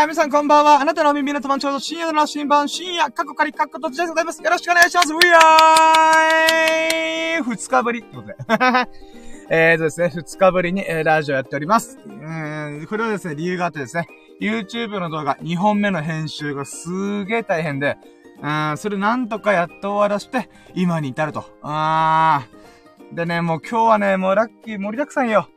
皆さんこんばんは。あなたの耳の友ちょうど深夜の新版、深夜、カッコカリ、カッコとじでございます。よろしくお願いします。うやーい2日ぶりってことで。ですね、2日ぶりに、ラジオやっております。これはですね、理由があってですね、YouTube の動画2本目の編集がすげー大変で、それなんとかやっと終わらして、今に至ると。でね、もう今日はね、もうラッキー盛りだくさんよ。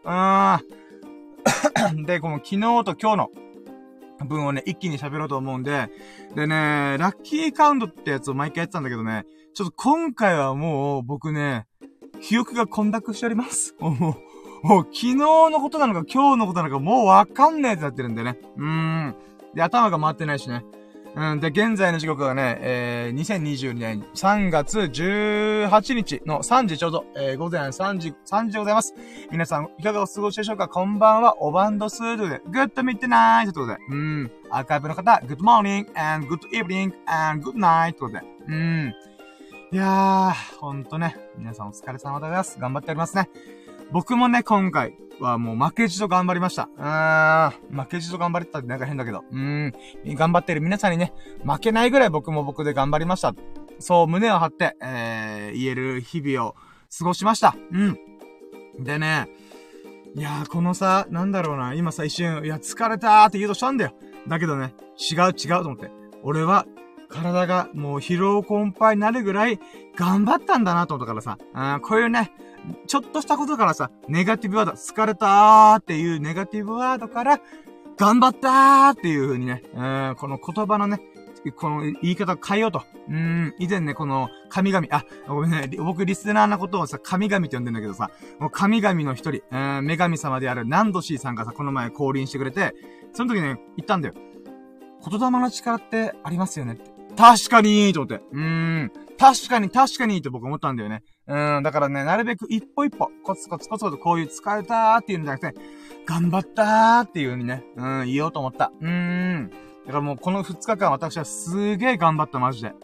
で、この昨日と今日の分をね、一気に喋ろうと思うんで、でね、ラッキーカウントってやつを毎回やってたんだけどね、ちょっと今回はもう僕ね、記憶が混濁しております。もう昨日のことなのか今日のことなのかもうわかんねえってなってるんでね。で、頭が回ってないしね。で、現在の時刻がね、2022年3月18日の3時ちょうど、午前3時でございます。皆さん、いかがお過ごしでしょうか？こんばんは、おバンドスードで、グッドミッドナイトということで、アーカイブの方、グッドモーニング、and グッドイブニング、and グッドナイトということで、いやー、ほんとね、皆さんお疲れ様でございます。頑張っておりますね。僕もね、今回はもう負けじと頑張りました。負けじと頑張れたってなんか変だけど。頑張ってる皆さんにね、負けないぐらい僕も僕で頑張りました。そう、胸を張って、言える日々を過ごしました。でね、いやー、このさ、なんだろうな、今さ一瞬、いや、疲れたーって言うとしたんだよ。だけどね、違うと思って。俺は、体がもう疲労困憊になるぐらい頑張ったんだなと思ったからさ、こういうね、ちょっとしたことからさ、ネガティブワード、疲れたーっていうネガティブワードから、頑張ったーっていう風にね、この言葉のね、この言い方を変えようと。以前ね、この神々、ごめんね、僕リスナーなことをさ、神々って呼んでんだけどさ、もう神々の一人、女神様であるナンドシーさんがさ、この前降臨してくれて、その時ね、言ったんだよ。言霊の力ってありますよねって。確かにーと思って。確かにって僕思ったんだよね。だからね、なるべく一歩一歩、コツコツとこういう疲れたーっていうんじゃなくて、頑張ったーっていう風にね、言おうと思った。だからもうこの2日間私はすげー頑張った、マジで。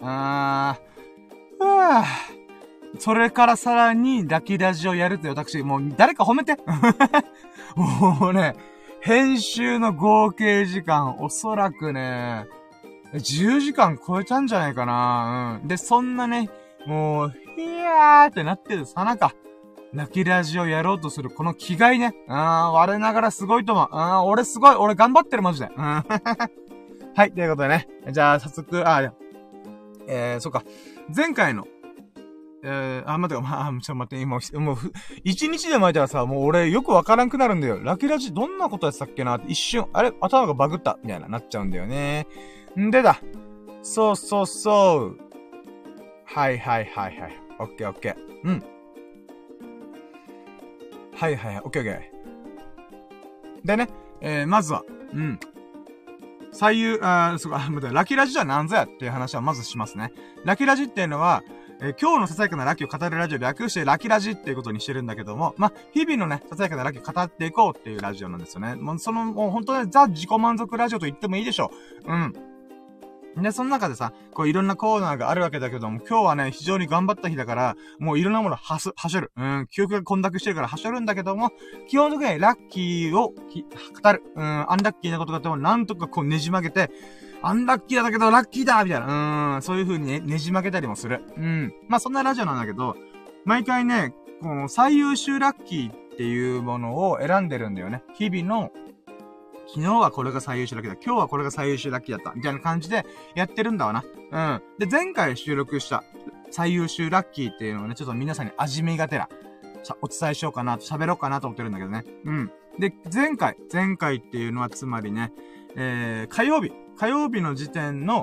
それからさらに、ラキラジオやるって私、もう誰か褒めてもうね、編集の合計時間、おそらくね、10時間超えたんじゃないかな。で、そんなね、もう、いやーってなってるさなか、ラキラジオやろうとするこの気概ね。我ながらすごいと思う。俺すごい。俺頑張ってる、マジで。はい、ということでね。じゃあ、早速、そうか。前回の、待って、ちょっと待って、今、もう、一日で巻いたらさ、もう俺よくわからんくなるんだよ。ラキラジどんなことやってたっけなって一瞬、あれ頭がバグった、みたいな、なっちゃうんだよね。んでだ。そう。はい。オッケー。はい。オッケー。でね、まずは、ラキラジとは何ぞやっていう話はまずしますね。ラキラジっていうのは、今日のささやかなラッキーを語るラジオで略してラキラジっていうことにしてるんだけども、日々のね、ささやかなラッキーを語っていこうっていうラジオなんですよね。もう本当ね、ザ自己満足ラジオと言ってもいいでしょう。で、その中でさ、こういろんなコーナーがあるわけだけども、今日はね、非常に頑張った日だから、もういろんなものはしょる。記憶が混濁してるからはしょるんだけども、基本的にはラッキーを語る。アンラッキーなことがあっても、なんとかこうねじ曲げて、アンラッキーだけどラッキーだみたいな。そういう風にねじ曲げたりもする。そんなラジオなんだけど、毎回ね、この最優秀ラッキーっていうものを選んでるんだよね。日々の、昨日はこれが最優秀ラッキーだ。今日はこれが最優秀ラッキーだった。みたいな感じでやってるんだわな。で、前回収録した最優秀ラッキーっていうのをね、ちょっと皆さんに味見がてら、お伝えしようかな、喋ろうかなと思ってるんだけどね。で、前回っていうのはつまりね、火曜日の時点の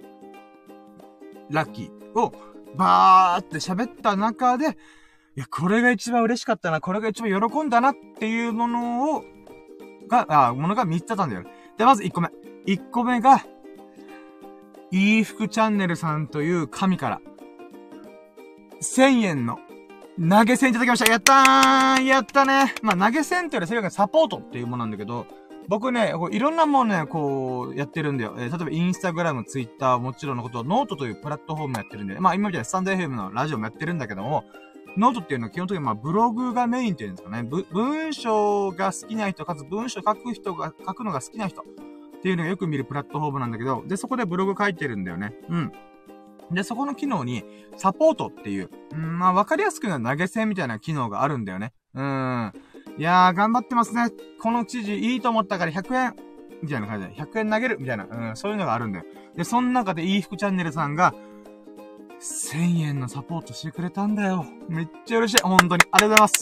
ラッキーをバーって喋った中で、いや、これが一番嬉しかったな、これが一番喜んだなっていうものが3つあったんだよ。で、まず1個目。1個目が、いい服チャンネルさんという神から、1000円の投げ銭いただきました。やったね。投げ銭ってよりそれがサポートっていうものなんだけど、僕ね、いろんなもんね、こう、やってるんだよ。例えばインスタグラム、ツイッターもちろんのことをノートというプラットフォームやってるんで、今みたいにスタンド FM のラジオもやってるんだけども、ノートっていうのは基本的にブログがメインっていうんですかね。文章が好きな人、かつ文章書くのが好きな人っっていうのがよく見るプラットフォームなんだけど、で、そこでブログ書いてるんだよね。うん。で、そこの機能に、サポートっていう、まあ、わかりやすくな投げ銭みたいな機能があるんだよね。いやー、頑張ってますね。この記事いいと思ったから100円、みたいな感じで、100円投げる、みたいな、そういうのがあるんだよ。で、その中でいい服チャンネルさんが、1000円のサポートしてくれたんだよ。めっちゃ嬉しい。本当に。ありがとうございます。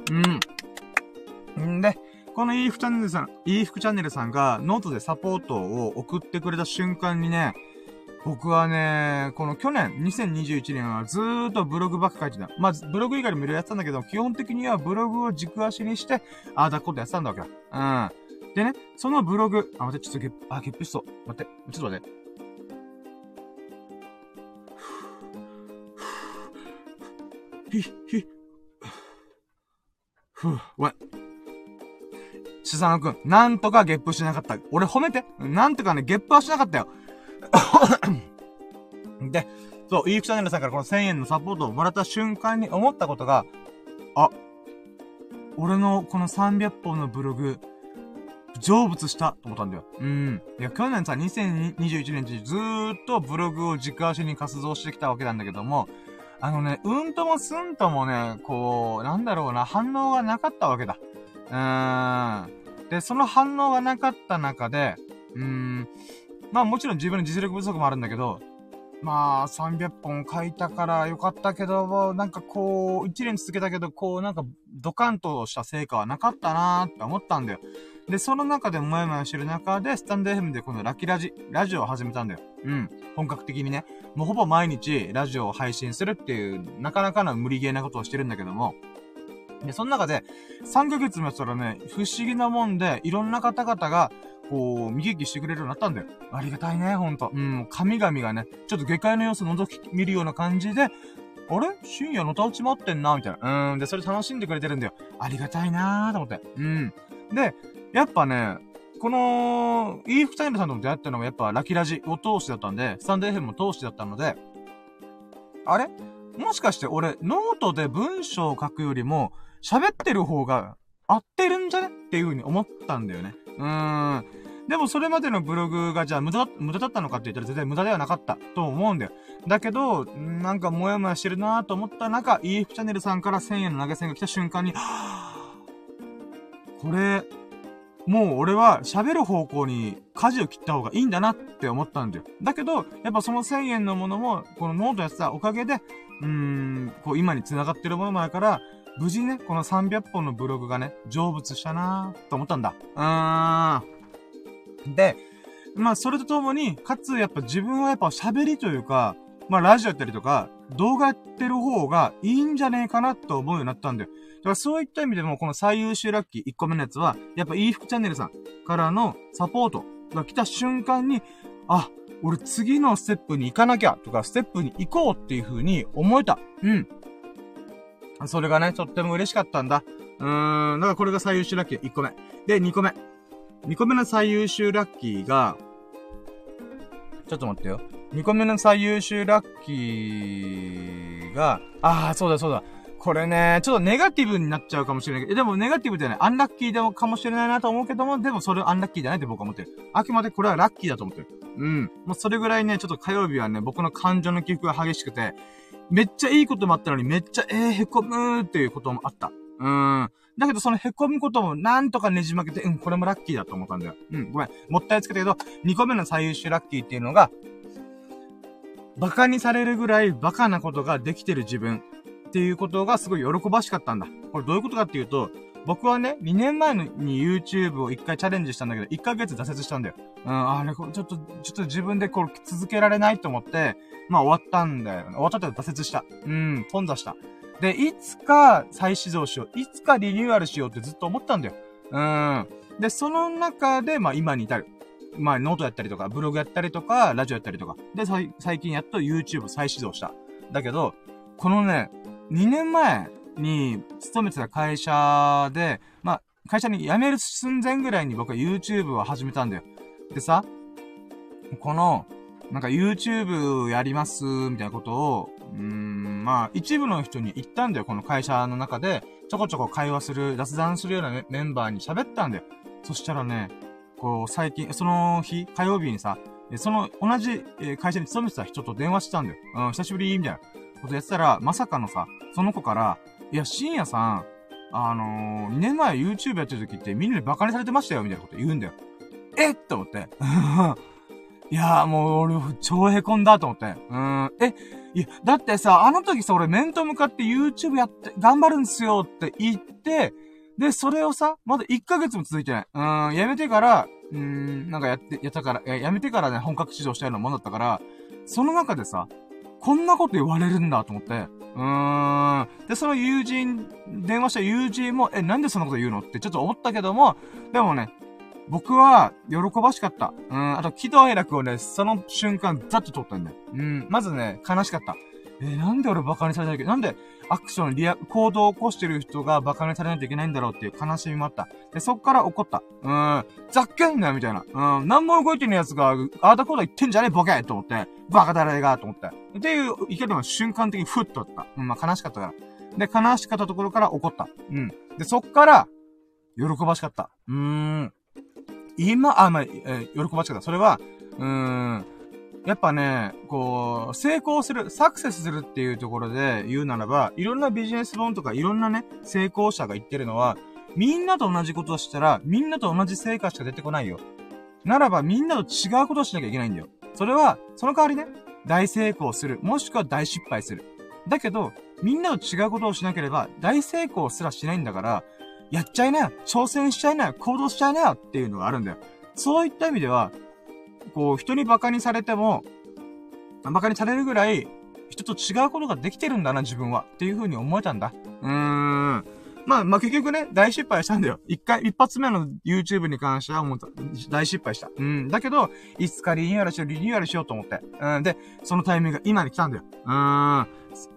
で、このいい服チャンネルさんが、ノートでサポートを送ってくれた瞬間にね、僕はね、この去年、2021年はずーっとブログばっか書いてた。まず、ブログ以外にもいろいろやってたんだけど、基本的にはブログを軸足にして、ことやってたんだわけだ。でね、そのブログ、待って、ちょっとゲップしそう。待って、ちょっと待って。ごめん。しさのくん、なんとかゲップしなかった。俺褒めて。なんとかね、ゲップはしなかったよ。で、そう、いいくチャンネルさんからこの1000円のサポートをもらった瞬間に思ったことが、俺のこの300本のブログ、成仏したと思ったんだよ。いや、去年さ、2021年中ずーっとブログを軸足に活動してきたわけなんだけども、うんともすんともね、こう、なんだろうな、反応がなかったわけだ。で、その反応がなかった中で、まあもちろん自分の実力不足もあるんだけど、まあ300本書いたからよかったけど、なんかこう、1年続けたけど、こうなんかドカンとした成果はなかったなーって思ったんだよ。で、その中でもやもやしてる中で、スタンド FM でこのラジオを始めたんだよ。本格的にね。もうほぼ毎日ラジオを配信するっていう、なかなかの無理ゲーなことをしてるんだけども、で、その中で、3ヶ月もやったらね、不思議なもんで、いろんな方々が、こう、見聞きしてくれるようになったんだよ。ありがたいね、ほんと。神々がね、ちょっと下界の様子を覗き見るような感じで、あれ深夜のたうち待ってんな、みたいな。で、それ楽しんでくれてるんだよ。ありがたいなーと思って。で、やっぱね、この、いいふくチャンネルさんと出会ったのがやっぱラキラジを通してだったんで、スタンド FM も通してだったので、あれもしかして俺、ノートで文章を書くよりも、喋ってる方が合ってるんじゃねっていう風に思ったんだよね。でもそれまでのブログがじゃあ無駄だったのかって言ったら全然無駄ではなかったと思うんだよ。だけど、なんかもやもやしてるなーと思った中、EF チャンネルさんから1000円の投げ銭が来た瞬間に、これ、もう俺は喋る方向に舵を切った方がいいんだなって思ったんだよ。だけど、やっぱその1000円のものも、このノートやってたおかげで、こう今に繋がってるものもあるから、無事ね、この300本のブログがね、成仏したなーと思ったんだ。で、まあそれとともに、かつやっぱ自分はやっぱ喋りというか、まあラジオやったりとか、動画やってる方がいいんじゃねえかなと思うようになったんだよ。だからそういった意味でも、この最優秀ラッキー1個目のやつは、やっぱいい服チャンネルさんからのサポートが来た瞬間に、俺次のステップに行かなきゃとか、ステップに行こうっていう風に思えた。それがね、とっても嬉しかったんだ。だからこれが最優秀ラッキー1個目。で、2個目。2個目の最優秀ラッキーが、ちょっと待ってよ。2個目の最優秀ラッキーが、そうだ。これね、ちょっとネガティブになっちゃうかもしれないけど、でもネガティブじゃない。アンラッキーでもかもしれないなと思うけども、でもそれアンラッキーじゃないって僕は思ってる。あくまでこれはラッキーだと思ってる。もうそれぐらいね、ちょっと火曜日はね、僕の感情の起伏が激しくて、めっちゃいいこともあったのに、めっちゃ、へこむーっていうこともあった。だけどそのへこむこともなんとかねじ曲げて、これもラッキーだと思ったんだよ。ごめん。もったいつけたけど、2個目の最優秀ラッキーっていうのが、バカにされるぐらいバカなことができてる自分っていうことがすごい喜ばしかったんだ。これどういうことかっていうと、僕はね、2年前に YouTube を1回チャレンジしたんだけど、1ヶ月挫折したんだよ。ちょっと自分でこれ続けられないと思って、まあ終わったんだよ。終わったって挫折した。頓挫した。で、いつか再始動しよう。いつかリニューアルしようってずっと思ったんだよ。で、その中で、まあ今に至る。まあノートやったりとか、ブログやったりとか、ラジオやったりとか。で、最近やっと YouTube 再始動した。だけど、このね、2年前に勤めてた会社で、まあ、会社に辞める寸前ぐらいに僕は YouTube を始めたんだよ。でさ、この、なんか YouTube やります、みたいなことを、まあ、一部の人に言ったんだよ。この会社の中で、ちょこちょこ会話する、雑談するようなメンバーに喋ったんだよ。そしたらね、 こう、最近、その日、火曜日にさ、その、同じ会社に勤めてた人と電話してたんだよ。久しぶりみたいなことやってたら、まさかのさ、その子から、いや、深夜さん、2年前 YouTube やってる時ってみんなでバカにされてましたよ、みたいなこと言うんだよ。えって思って。いやーもう俺、超凹んだと思って。いや、だってさ、あの時さ、俺面と向かって YouTube やって、頑張るんすよって言って、で、それをさ、まだ1ヶ月も続いてない。やめてから、なんかやったから、やめてからね、本格指導したようなもんだったから、その中でさ、こんなこと言われるんだと思って。で、その電話した友人も、なんでそんなこと言うのってちょっと思ったけども、でもね、僕は、喜ばしかった。あと、喜怒哀楽をね、その瞬間、ざっと通ったんだよ。まずね、悲しかった。なんで俺バカにされないけど、なんでアクション、行動を起こしてる人がバカにされないといけないんだろうっていう悲しみもあった。で、そっから怒った。ざっけんなよみたいな。何も動いてない奴が、あーだこーだ言ってんじゃねえボケと思って、バカだれがと思って。っていう意見が瞬間的にふっとあった。悲しかったから。で、悲しかったところから怒った。で、そっから、喜ばしかった。喜ばしかった。それは、やっぱね、こう、成功する、サクセスするっていうところで言うならば、いろんなビジネス本とかいろんなね、成功者が言ってるのは、みんなと同じことをしたら、みんなと同じ成果しか出てこないよ。ならば、みんなと違うことをしなきゃいけないんだよ。それは、その代わりね、大成功する、もしくは大失敗する。だけど、みんなと違うことをしなければ、大成功すらしないんだから、やっちゃいなよ、挑戦しちゃいなよ、行動しちゃいなよっていうのがあるんだよ。そういった意味では、こう、人にバカにされても、バカにされるぐらい、人と違うことができてるんだな、自分は。っていう風に思えたんだ。まあ結局ね、大失敗したんだよ。一発目の YouTube に関してはもう大失敗した。だけど、いつかリニューアルしようと思って。で、そのタイミングが今に来たんだよ。この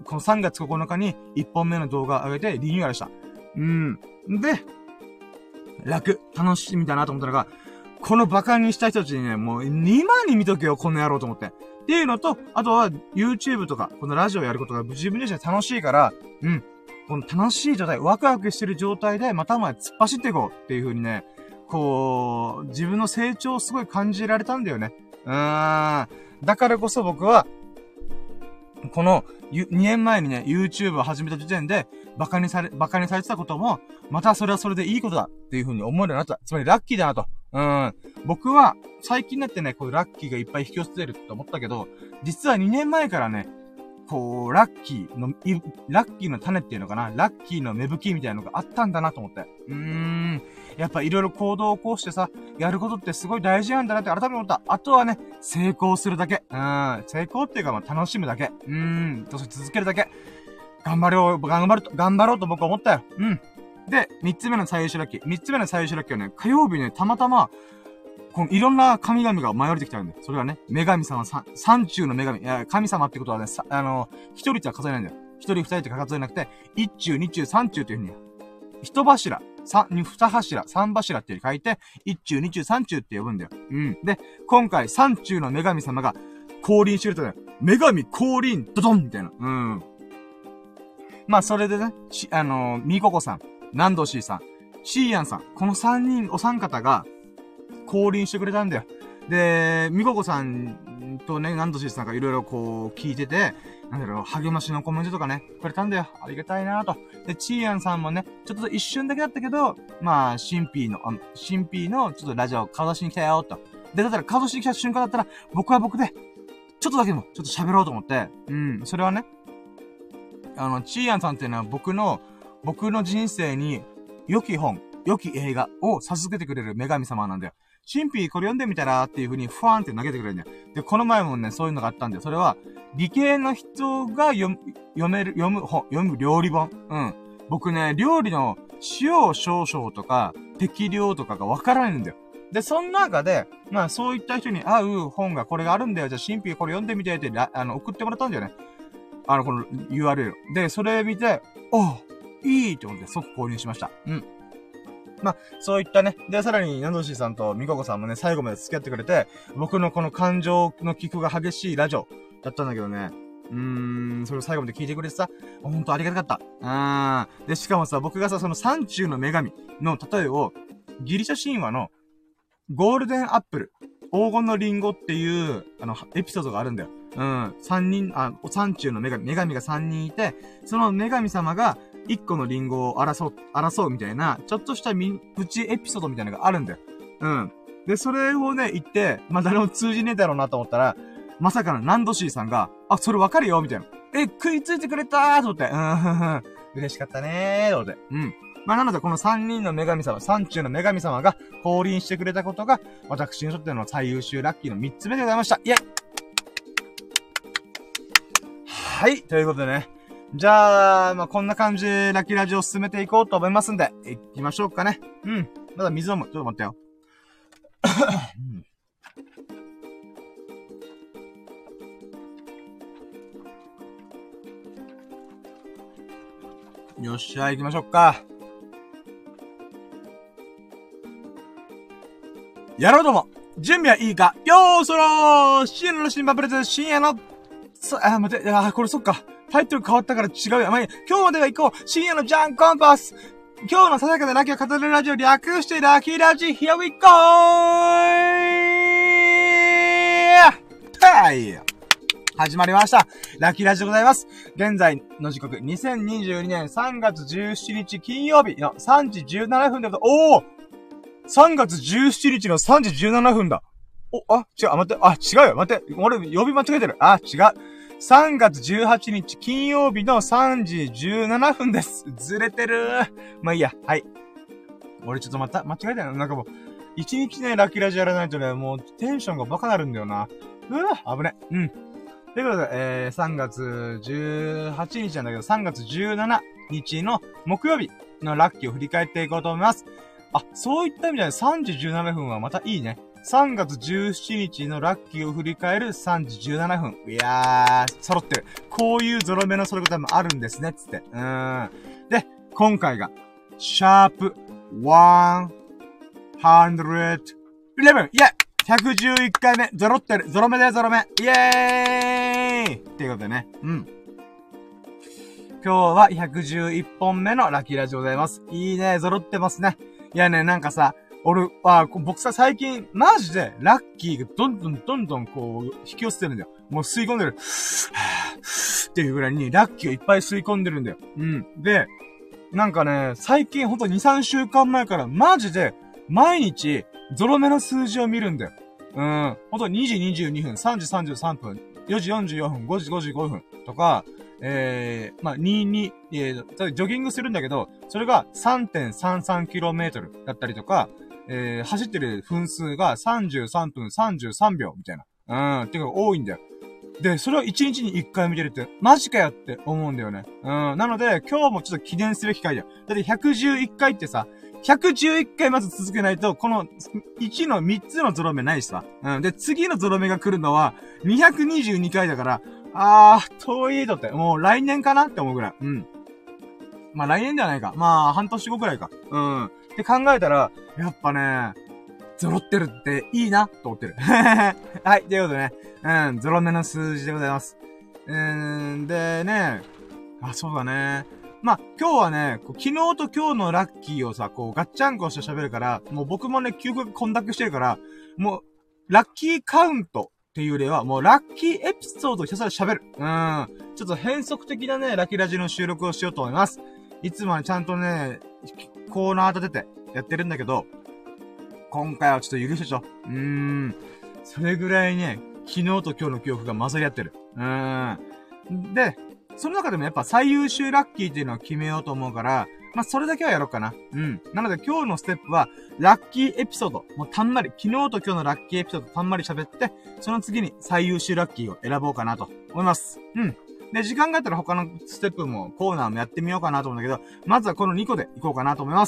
3月9日に1本目の動画を上げてリニューアルした。で、楽しみだなと思ったのが、このバカにした人たちにね、もう2万に見とけよ、この野郎と思って。っていうのと、あとは YouTube とか、このラジオやることが自分自身で楽しいから、この楽しい状態、ワクワクしてる状態で、また突っ走っていこうっていう風にね、こう、自分の成長をすごい感じられたんだよね。だからこそ僕は、この2年前にね、YouTube を始めた時点で、バカにされてたことも、またそれはそれでいいことだっていう風に思えるようになった。つまりラッキーだなと。僕は、最近になってね、こういうラッキーがいっぱい引き寄せてるって思ったけど、実は2年前からね、こう、ラッキーの種っていうのかな、ラッキーの芽吹きみたいなのがあったんだなと思って。やっぱいろいろ行動を起こしてさ、やることってすごい大事なんだなって改めて思った。あとはね、成功するだけ。成功っていうか楽しむだけ。続けるだけ。頑張ろうと僕は思ったよ。で、3つ目の最優秀ラッキーはね、火曜日ね、たまたま、このいろんな神々が舞い降りてきたんで、それはね、女神様三中の女神、神様ってことはね、一人っては数えないんだよ。一人二人って数えなくて、一中、二中、三中っていうふうに、一柱、二柱、三柱っていう書いて、一中、二中、三中って呼ぶんだよ。で、今回、三中の女神様が降臨してるとね、女神降臨、ドドンみたいな。まあ、それでね、みここさん、ナンドシーさん、シーヤンさん、このお三方が、降臨してくれたんだよ。で、みここさんとね、ナンドシーさんがいろいろこう、聞いてて、励ましのコメントとかね、くれたんだよ。ありがたいなぁと。で、チーヤンさんもね、ちょっと一瞬だけだったけど、まあ、シンピーのちょっとラジオ顔出しに来たよ、と。で、だったら顔出しに来た瞬間だったら、僕は僕で、ちょっとだけでも、ちょっと喋ろうと思って、それはね、チーヤンさんっていうのは僕の人生に、良き映画を授けてくれる女神様なんだよ。シンピーこれ読んでみたらっていう風にふわーんって投げてくれるんだよ。で、この前もね、そういうのがあったんだよ。それは、理系の人が読む料理本。僕ね、料理の塩少々とか、適量とかがわからないんだよ。で、その中で、まあそういった人に合う本がこれがあるんだよ。じゃあシンピーこれ読んでみてって、送ってもらったんだよね。この URL。で、それ見て、いいって思って即購入しました。まあ、そういったね。で、さらに、ナンドシーさんとミココさんもね、最後まで付き合ってくれて、僕のこの感情の起伏が激しいラジオだったんだけどね。それを最後まで聞いてくれてさ、ほんとありがたかった。で、しかもさ、僕がさ、その山中の女神の例えを、ギリシャ神話の、 ゴールデンアップル、黄金のリンゴっていう、エピソードがあるんだよ。山中の女神が3人いて、その女神様が1個のリンゴを争うみたいな、ちょっとしたプチエピソードみたいなのがあるんだよ。で、それをね、言って、誰も通じねえだろうなと思ったら、まさかのナンドシーさんが、それわかるよみたいな。食いついてくれたーと思って、嬉しかったねーと思って。なので、この3人の女神様、山中の女神様が降臨してくれたことが、私にとっての最優秀ラッキーの3つ目でございました。イェイはい、ということでね。じゃあ、こんな感じでラッキーラジオを進めていこうと思いますんで、行きましょうかね。まだ水飲む。ちょっと待ってよ。よっしゃ、行きましょうか。やろうとも準備はいいかよーそろー深夜の新版プレゼン深夜の、待って、これそっか。タイトル変わったから違うよ。今日までは行こう深夜のジャンコンパス今日のささやかなラッキーを語るラジオ略してラッキーラジ Here we go! はい。始まりました。ラッキーラジでございます。現在の時刻、2022年3月17日金曜日の3時17分でございます。3月17日の3時17分だ。違う、待って、違うよ、待って、俺、曜日間違えてる。違う。3月18日金曜日の3時17分です。ずれてる。まあいいや、はい。俺ちょっと間違えたよ。なんかもう、1日ね、ラッキーラジやらないとね、もうテンションがバカなるんだよな。危ね。ということで、3月18日なんだけど、3月17日の木曜日のラッキーを振り返っていこうと思います。そういった意味では3時17分はまたいいね。3月17日のラッキーを振り返る3時17分。いやー、揃ってる。こういうゾロ目の揃い方もあるんですね、つって。で、今回が、シャープ111。イェイ !111 回目、ゾロってる。ゾロ目だよ、ゾロ目。イェーイっていうことでね。今日は111本目のラッキーラジオでございます。いいね、ゾロってますね。いやね、なんかさ、僕さ、最近、マジで、ラッキーがどんどん、こう、引き寄せてるんだよ。もう吸い込んでる。っていうぐらいに、ラッキーをいっぱい吸い込んでるんだよ。で、なんかね、最近ほんと2、3週間前から、マジで、毎日、ゾロ目の数字を見るんだよ。ほんと2時22分、3時33分、4時44分、5時55分とか、22、ジョギングするんだけど、それが 3.33km だったりとか、走ってる分数が33分33秒みたいな。っていうのが多いんだよ。で、それを1日に1回見てるって、マジかよって思うんだよね。なので、今日もちょっと記念すべき回だよ。だって111回ってさ、111回まず続けないと、この1の3つのゾロ目ないしさ。で、次のゾロ目が来るのは222回だから、遠いとって、もう来年かなって思うぐらい。まあ来年ではないか。まあ半年後くらいか。って考えたら、やっぱね、ゾロってるっていいな、と思ってる。はい、ということでね。ゾロ目の数字でございます。でね、そうだね。まあ、今日はね、昨日と今日のラッキーをさ、こう、ガッチャンコして喋るから、もう僕もね、記憶が混濁してるから、もう、ラッキーカウントっていうよりは、もう、ラッキーエピソードをひたすら喋る。ちょっと変則的なね、ラッキーラジの収録をしようと思います。いつもはね、ちゃんとね、コーナー立ててやってるんだけど、今回はちょっと許してちょ。それぐらいね、昨日と今日の記憶が混ざり合ってる。で、その中でもやっぱ最優秀ラッキーっていうのを決めようと思うから、まあ、それだけはやろうかな。なので今日のステップは、ラッキーエピソード。もうたんまり、昨日と今日のラッキーエピソードたんまり喋って、その次に最優秀ラッキーを選ぼうかなと思います。で、時間があったら他のステップも、コーナーもやってみようかなと思うんだけど、まずはこの2個でいこうかなと思います。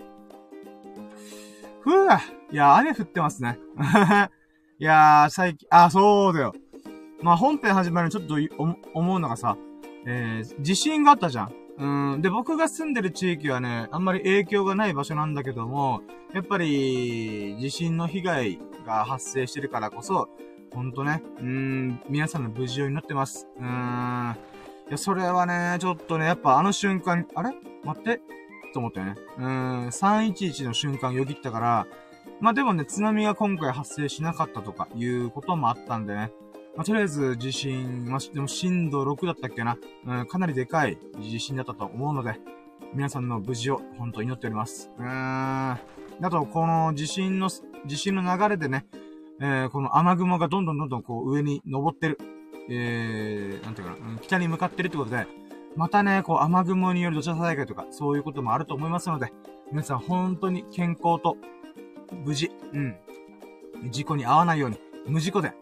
いや、雨降ってますね。いやー、最近、そうだよ。まあ、本編始まるにちょっと思うのがさ、地震があったじゃん。で、僕が住んでる地域はね、あんまり影響がない場所なんだけども、やっぱり、地震の被害が発生してるからこそ、ほんとね、皆さんの無事を祈ってます。いや、それはね、ちょっとね、やっぱあの瞬間、あれ待ってと思ったよね。311の瞬間よぎったから、 まあでもね、津波が今回発生しなかったとかいうこともあったんでね。まあとりあえず地震、まあでも震度6だったっけな。かなりでかい地震だったと思うので、皆さんの無事を本当に祈っております。あと、この地震の流れでね、この雨雲がどんどんこう上に登ってる。なんていうかな、北に向かってるってことで、またね、こう雨雲による土砂災害とか、そういうこともあると思いますので、皆さん本当に健康と無事、事故に遭わないように、無事故で、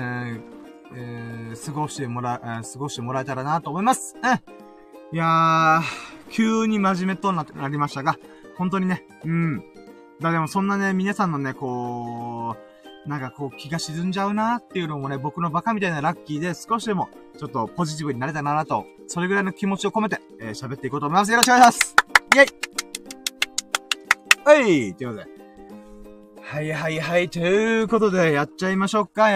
過ごしてもらえたらなと思います。いやー、急に真面目となりましたが、本当にね、でもそんなね、皆さんのね、こう、なんかこう気が沈んじゃうなっていうのもね、僕のバカみたいなラッキーで少しでも、ちょっとポジティブになれたらなと、それぐらいの気持ちを込めて、喋っていこうと思います。よろしくお願いします。イェイということで。はい。ということで、やっちゃいましょうか。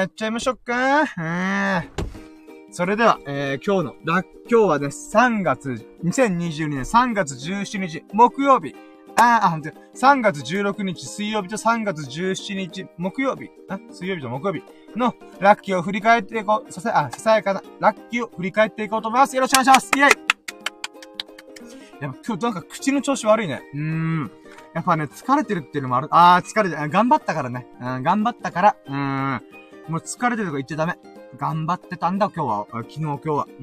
それでは、今日はね、2022年3月17日、木曜日。3月16日水曜日と3月17日木曜日。水曜日と木曜日のラッキーを振り返っていこう。ささやかなラッキーを振り返っていこうと思います。よろしくお願いします。イェイ！やっぱ今日なんか口の調子悪いね。やっぱね、疲れてるっていうのもある。頑張ったからね。頑張ったから。もう疲れてるとか言っちゃダメ。頑張ってたんだ、今日は。今日は。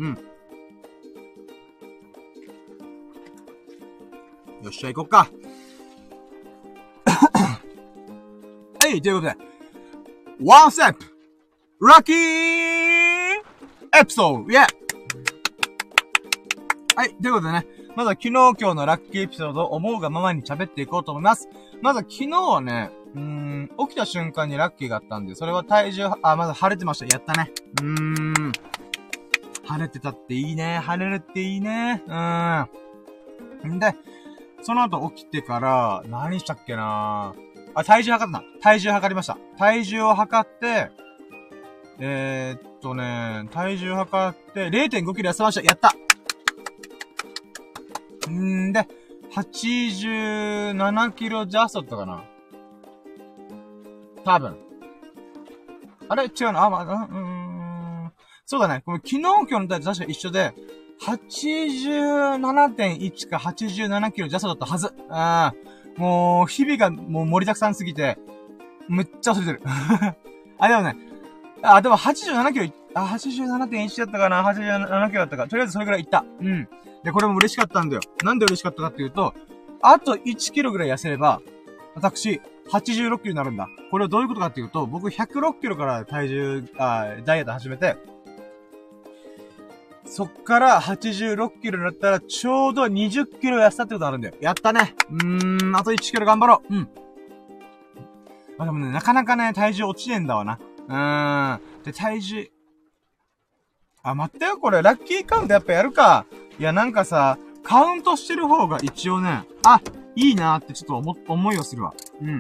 よっしゃ、行こっか。はい、ということで。ワンステップラッキーエピソードイェイはい、ということでね。まずは昨日今日のラッキーエピソードを思うがままに喋っていこうと思います。まずは昨日はね、起きた瞬間にラッキーがあったんで、それはまず晴れてました。やったね。晴れてたっていいね。晴れるっていいね。んで、その後起きてから、何したっけな体重測った。体重測りました。体重を測って、体重測って、0.5 キロ痩せました。やったで、87キロジャストだったかな多分。あれ違うなそうだね。この昨日今日の体重確か一緒で、87.1 か87キロジャストだったはず。もう、日々がもう盛りだくさんすぎて、めっちゃ忘れてる。でもね、でも87キロ、87.1 だったかな ?87 キロだったか。とりあえずそれぐらいいった。で、これも嬉しかったんだよ。なんで嬉しかったかっていうと、あと1キロぐらい痩せれば、私、86キロになるんだ。これはどういうことかっていうと、僕106キロからダイエット始めて、そっから86キロになったら、ちょうど20キロ痩せたってことあるんだよ。やったね。あと1キロ頑張ろう。でもね、なかなかね、体重落ちねえんだわな。で、体重、待ってよ、これ、ラッキーカウントやっぱやるか。いや、なんかさ、カウントしてる方が一応ね、いいなーってちょっと思いをするわ。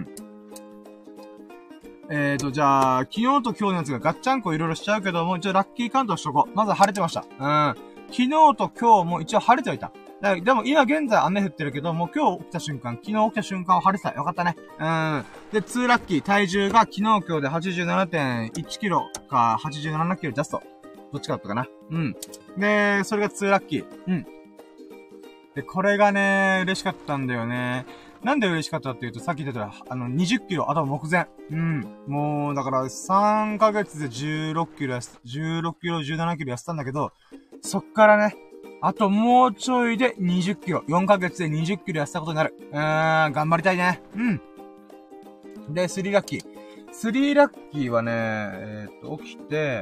じゃあ、昨日と今日のやつがガッチャンコいろいろしちゃうけども、一応ラッキーカウントしとこう。まず晴れてました。昨日と今日も一応晴れてはいた。でも今現在雨降ってるけど、もう今日起きた瞬間、昨日起きた瞬間は晴れてた。よかったね。で、2ラッキー、体重が昨日今日で 87.1 キロか87キロジャスト。どっちかだったかな。で、それが2ラッキー。で、これがね、嬉しかったんだよね。なんで嬉しかったっていうと、さっき言ってた、20キロ、あとは目前。もう、だから、3ヶ月で16キロ、17キロ痩せたんだけど、そっからね、あともうちょいで20キロ、4ヶ月で20キロ痩せたことになる。頑張りたいね。で、3ラッキー。3ラッキーはね、起きて、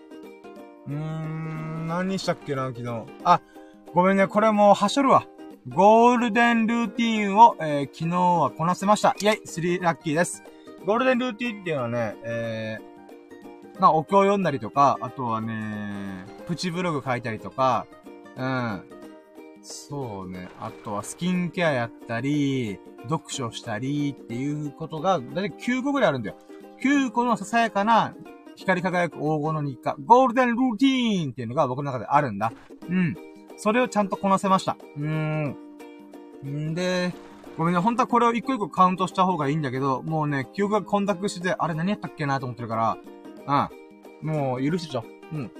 何したっけな、昨日。ごめんね、これもうはしょるわ。ゴールデンルーティーンを、昨日はこなせました。イェイ !3 ラッキーです。ゴールデンルーティーンっていうのはね、お経を読んだりとか、あとはね、プチブログ書いたりとか、そうね、あとはスキンケアやったり、読書したりっていうことが、だいたい9個ぐらいあるんだよ。9個のささやかな、光り輝く黄金の日課、ゴールデンルーティーンっていうのが僕の中であるんだ。それをちゃんとこなせました。で、 ごめんね、本当はこれを一個一個カウントした方がいいんだけど、もうね、記憶が混濁してて、あれ何やったっけなと思ってるから、もう許してちょ。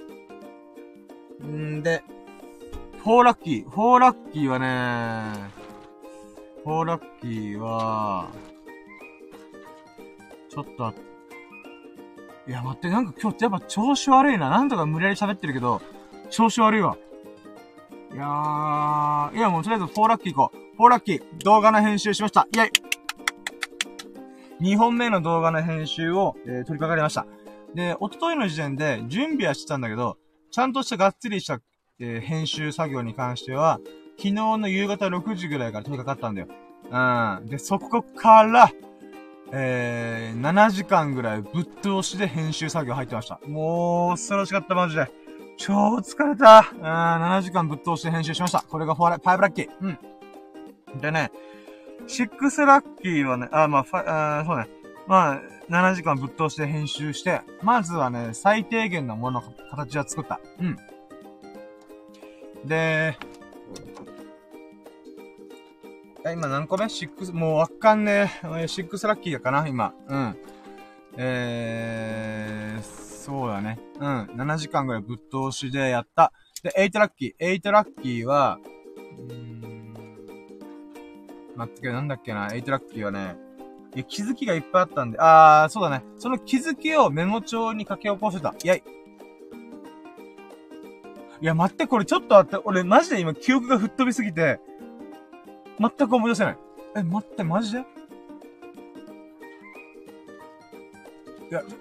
で、フォーラッキー。フォーラッキーはね、フォーラッキーは、ちょっと、いや待って、なんか今日やっぱ調子悪いな。なんとか無理やり喋ってるけど、調子悪いわ。いやもうとりあえずフォーラッキー行こう。フォーラッキー、動画の編集しました。イェイ !2 本目の動画の編集を、取り掛かりました。で、一昨日の時点で準備はしてたんだけど、ちゃんとしたがっつりした、編集作業に関しては、昨日の夕方6時ぐらいから取り掛かったんだよ。で、そこから、7時間ぐらいぶっ通しで編集作業入ってました。もう、恐ろしかった、マジで。超疲れた。7時間ぶっ通しで編集しました。これが5ラッキー。でね、6ラッキーはね、そうね。まあ、7時間ぶっ通しで編集して、まずはね、最低限のもの、形は作った。で、今何個目 ?6、もうわかんねえ。6ラッキーかな今。そうだね。7時間ぐらいぶっ通しでやった。で、8ラッキー。8ラッキーは、待ってけど、なんだっけな。8ラッキーはね、いや、気づきがいっぱいあったんで、そうだね。その気づきをメモ帳に書き起こせた。イェイ。いや、待って、これちょっと待って。俺、マジで今、記憶が吹っ飛びすぎて、全く思い出せない。待って、マジでいや、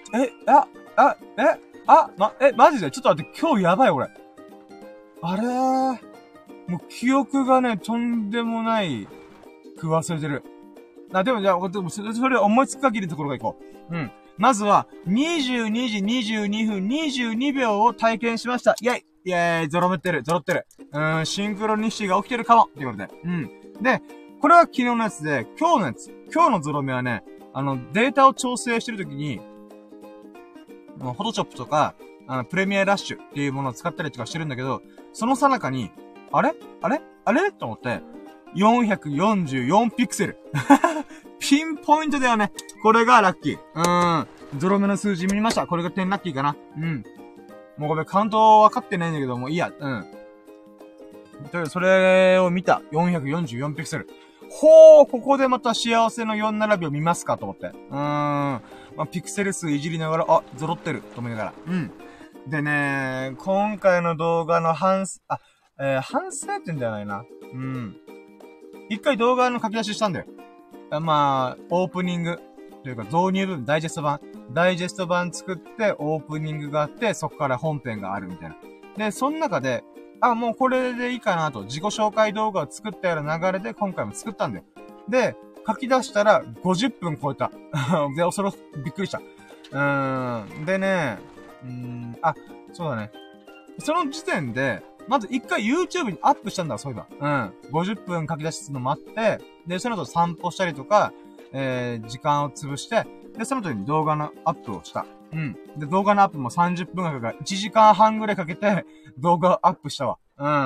マジでちょっと待って、今日やばい、俺。あれー。もう記憶がね、とんでもないく忘れてる。でもじゃあ、それ思いつく限りのところが行こう。まずは、22時22分22秒を体験しました。イェイゾロってる。シンクロニシティが起きてるかもってことで。で、これは昨日のやつで、今日のやつ。今日のゾロ目はね、データを調整してるときに、フォトショップとか、プレミアラッシュっていうものを使ったりとかしてるんだけど、その最中に、あれと思って、444ピクセル。ピンポイントだよね。これがラッキー。ゾロ目の数字見ました。これが10ラッキーかな。もうごめん、カウント分かってないんだけど、もういいや。とりあえずそれを見た。444ピクセル。ここでまた幸せの4並びを見ますかと思って。ピクセル数いじりながら、ゾロってる。と思いながら。でね、今回の動画の反省点じゃないな。一回動画の書き出ししたんだよ。まあ、オープニング。というか、導入部分、ダイジェスト版作って、オープニングがあって、そこから本編があるみたいな。で、その中で、もうこれでいいかなと、自己紹介動画を作ったような流れで今回も作ったんだよ。で、書き出したら50分超えた。で、びっくりした。でね、そうだね。その時点で、まず一回 YouTube にアップしたんだ、そういえば。50分書き出しするのもあって、で、その後散歩したりとか、時間を潰して、で、その後に動画のアップをした。で、動画のアップも30分かけ1時間半ぐらいかけて、動画をアップしたわ。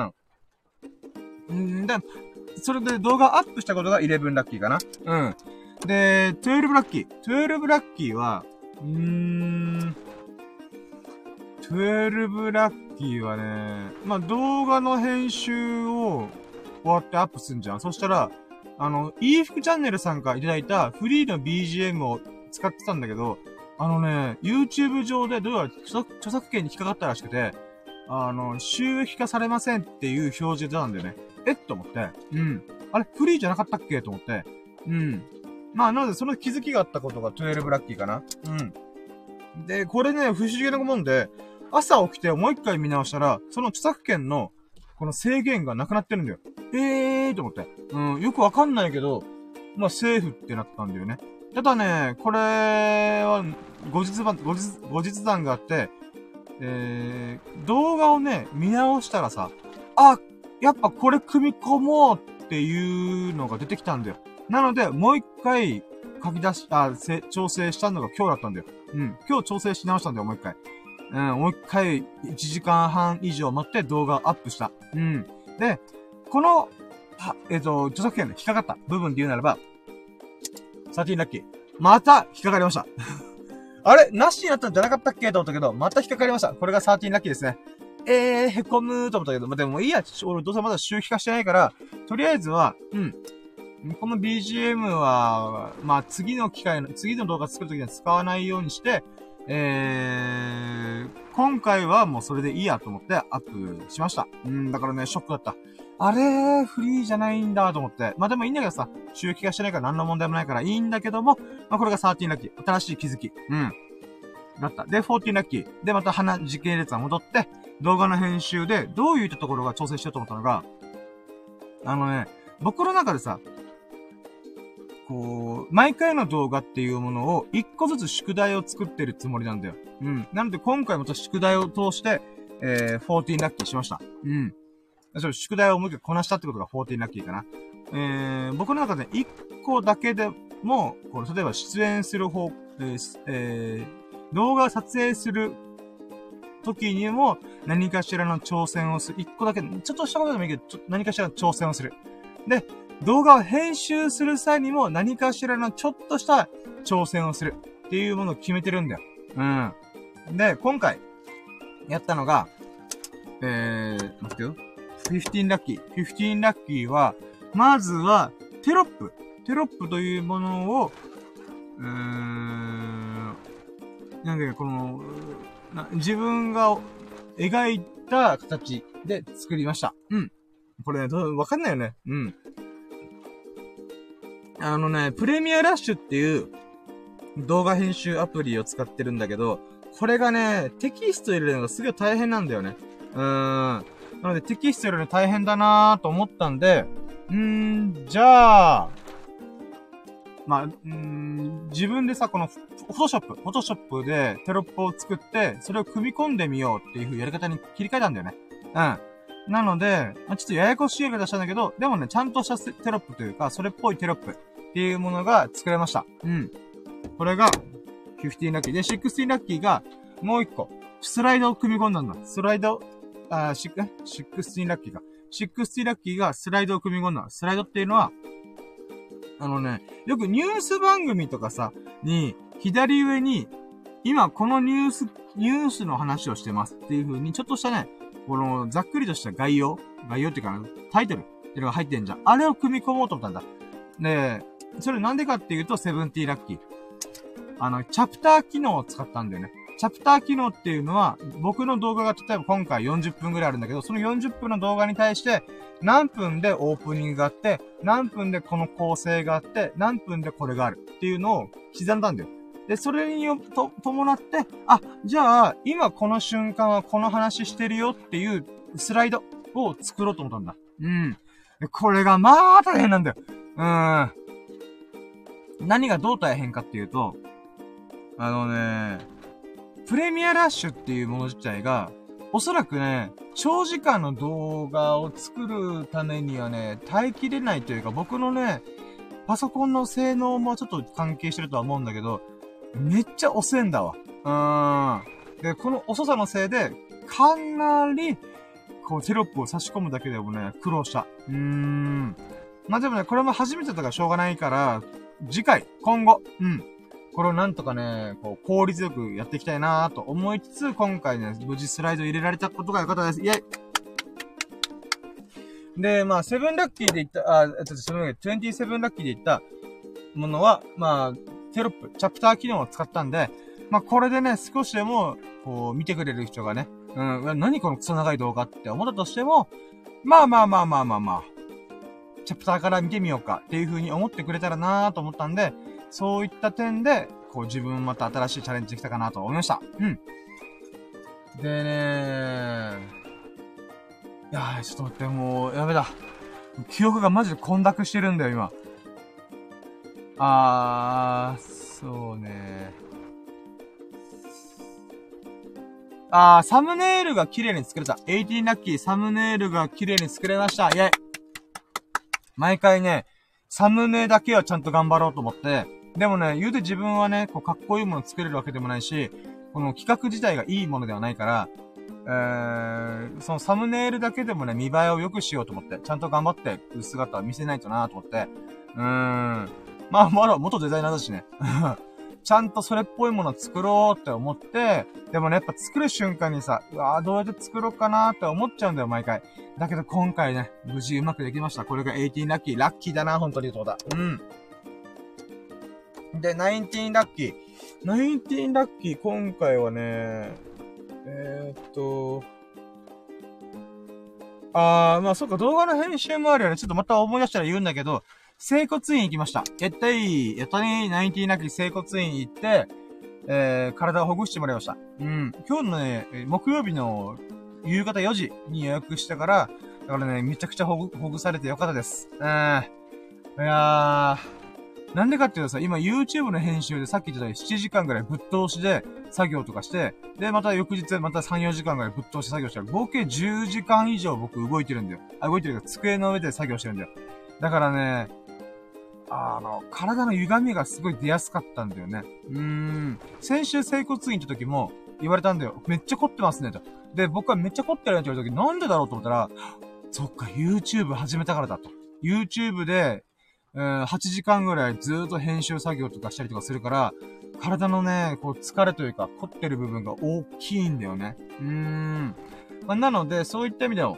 で、それで動画アップしたことが11ラッキーかな。で、12ラッキー。12ラッキーは、12ラッキーはね、まあ、動画の編集を終わってアップすんじゃん。そしたら、いい服チャンネルさんからいただいたフリーの BGM を使ってたんだけど、YouTube 上でどうやら著作権に引っかかったらしくて、収益化されませんっていう表示出たんだよね。と思って。あれフリーじゃなかったっけと思って。まあ、なのでその気づきがあったことが12ラッキーかな。で、これね、不思議なもんで、朝起きてもう一回見直したら、その著作権の、この制限がなくなってるんだよ。と思って。よくわかんないけど、まあ、セーフってなったんだよね。ただね、これは、後日談があって、動画をね、見直したらさ、やっぱこれ組み込もうっていうのが出てきたんだよ。なので、もう一回書き出し、調整したのが今日だったんだよ。今日調整し直したんだよ、もう一回。もう一回1時間半以上待って動画をアップした。で、この著作権で引っかかった部分で言うならば、13ラッキー。また引っかかりました。あれなしになったんじゃなかったっけと思ったけど、また引っかかりました。これが13ラッキーですね。へこむと思ったけど、でもいいや、俺どうせまだ収益化してないから、とりあえずは、この BGM は、まあ、次の動画作るときには使わないようにして、今回はもうそれでいいやと思ってアップしました。だからね、ショックだった。あれフリーじゃないんだと思って。まあでもいいんだけどさ、収益化してないから何の問題もないからいいんだけども、まあこれが13ラッキー。新しい気づき。だった。で、14ラッキー。で、また時系列が戻って、動画の編集でどういったところが調整しようと思ったのが、僕の中でさ、毎回の動画っていうものを一個ずつ宿題を作ってるつもりなんだよ。なので今回も宿題を通して、14ラッキーしました。宿題をもう一回こなしたってことが14ラッキーかな。僕の中で一個だけでも、例えば出演する動画撮影する時にも何かしらの挑戦をする。一個だけ、ちょっとしたことでもいいけど、何かしらの挑戦をする。で、動画を編集する際にも何かしらのちょっとした挑戦をするっていうものを決めてるんだよ。で、今回やったのが、待ってよ。15ラッキー。15ラッキーは、まずはテロップというものを、自分が描いた形で作りました。これね、わかんないよね。プレミアラッシュっていう動画編集アプリを使ってるんだけど、これがね、テキスト入れるのがすごい大変なんだよね。なのでテキスト入れるの大変だなーと思ったんで、じゃあ、自分でさ、このフォトショップでテロップを作って、それを組み込んでみようっていう風やり方に切り替えたんだよね。なので、ちょっとややこしいやり方したんだけど、でもね、ちゃんとしたテロップというか、それっぽいテロップっていうものが作れました。これが、15ラッキーで、16ラッキーが、もう一個、スライドを組み込んだんだ。16ラッキーか。16ラッキーがスライドを組み込んだ。スライドっていうのは、よくニュース番組とかさ、に、左上に、今このニュースの話をしてますっていう風に、ちょっとしたね、この、ざっくりとした概要っていうかな、タイトルっていうのが入ってんじゃん。あれを組み込もうと思ったんだ。で、それなんでかっていうと、70ラッキー。チャプター機能を使ったんだよね。チャプター機能っていうのは、僕の動画が例えば今回40分ぐらいあるんだけど、その40分の動画に対して、何分でオープニングがあって、何分でこの構成があって、何分でこれがあるっていうのを刻んだんだよ。で、それに伴って、じゃあ、今この瞬間はこの話してるよっていうスライドを作ろうと思ったんだ。でこれがまあ大変なんだよ。何がどう大変かっていうと、プレミアラッシュっていうもの自体が、おそらくね、長時間の動画を作るためにはね、耐えきれないというか、僕のね、パソコンの性能もちょっと関係してるとは思うんだけど、めっちゃ遅いんだわ。で、この遅さのせいで、かなり、テロップを差し込むだけでもね、苦労した。でもね、これも初めてだからしょうがないから、今後、これをなんとかね、効率よくやっていきたいなーと思いつつ、今回ね、無事スライド入れられたことが良かったです。イェイで、7ラッキーで言った、27ラッキーで言ったものは、テロップ、チャプター機能を使ったんで、これでね、少しでも、見てくれる人がね、何このクソ長い動画って思ったとしても、チャプターから見てみようかっていう風に思ってくれたらなーと思ったんで、そういった点で、自分また新しいチャレンジできたかなと思いました。でねいやー、ちょっと待って、もう、やめだ。記憶がマジで混濁してるんだよ、今。そうねサムネイルが綺麗に作れた。18ラッキー、サムネイルが綺麗に作れました。イェイ毎回ね、サムネだけはちゃんと頑張ろうと思って、でもね、言うて自分はね、かっこいいもの作れるわけでもないし、この企画自体がいいものではないから、 そのサムネイルだけでもね、見栄えを良くしようと思って、ちゃんと頑張ってる姿を見せないとなと思って、まあ、まだ元デザイナーだしね。ちゃんとそれっぽいものを作ろうって思って、でもね、やっぱ作る瞬間にさ、うわぁ、どうやって作ろうかなって思っちゃうんだよ、毎回。だけど今回ね、無事うまくできました。これが18ラッキー。ラッキーだな、本当にそうだ。で、19ラッキー。19ラッキー、今回はね、まあ、そっか、動画の編集もあるよね。ちょっとまた思い出したら言うんだけど、整骨院行きました。やったね、19ラッキー整骨院行って、体をほぐしてもらいました。今日のね、木曜日の夕方4時に予約したから、だからね、めちゃくちゃほぐされてよかったです。いやー、なんでかっていうとさ、今 YouTube の編集でさっき言ったように7時間ぐらいぶっ通しで作業とかして、で、また翌日また3、4時間ぐらいぶっ通し作業したら、合計10時間以上僕動いてるんだよ。動いてるけど机の上で作業してるんだよ。だからね、体の歪みがすごい出やすかったんだよね。先週整骨院行った時も言われたんだよ。めっちゃ凝ってますね、と。で、僕はめっちゃ凝ってるねって言われた時なんでだろうと思ったら、そっか、YouTube 始めたからだと。YouTube で、8時間ぐらいずーっと編集作業とかしたりとかするから、体のね、こう疲れというか、凝ってる部分が大きいんだよね。まあ、なので、そういった意味では、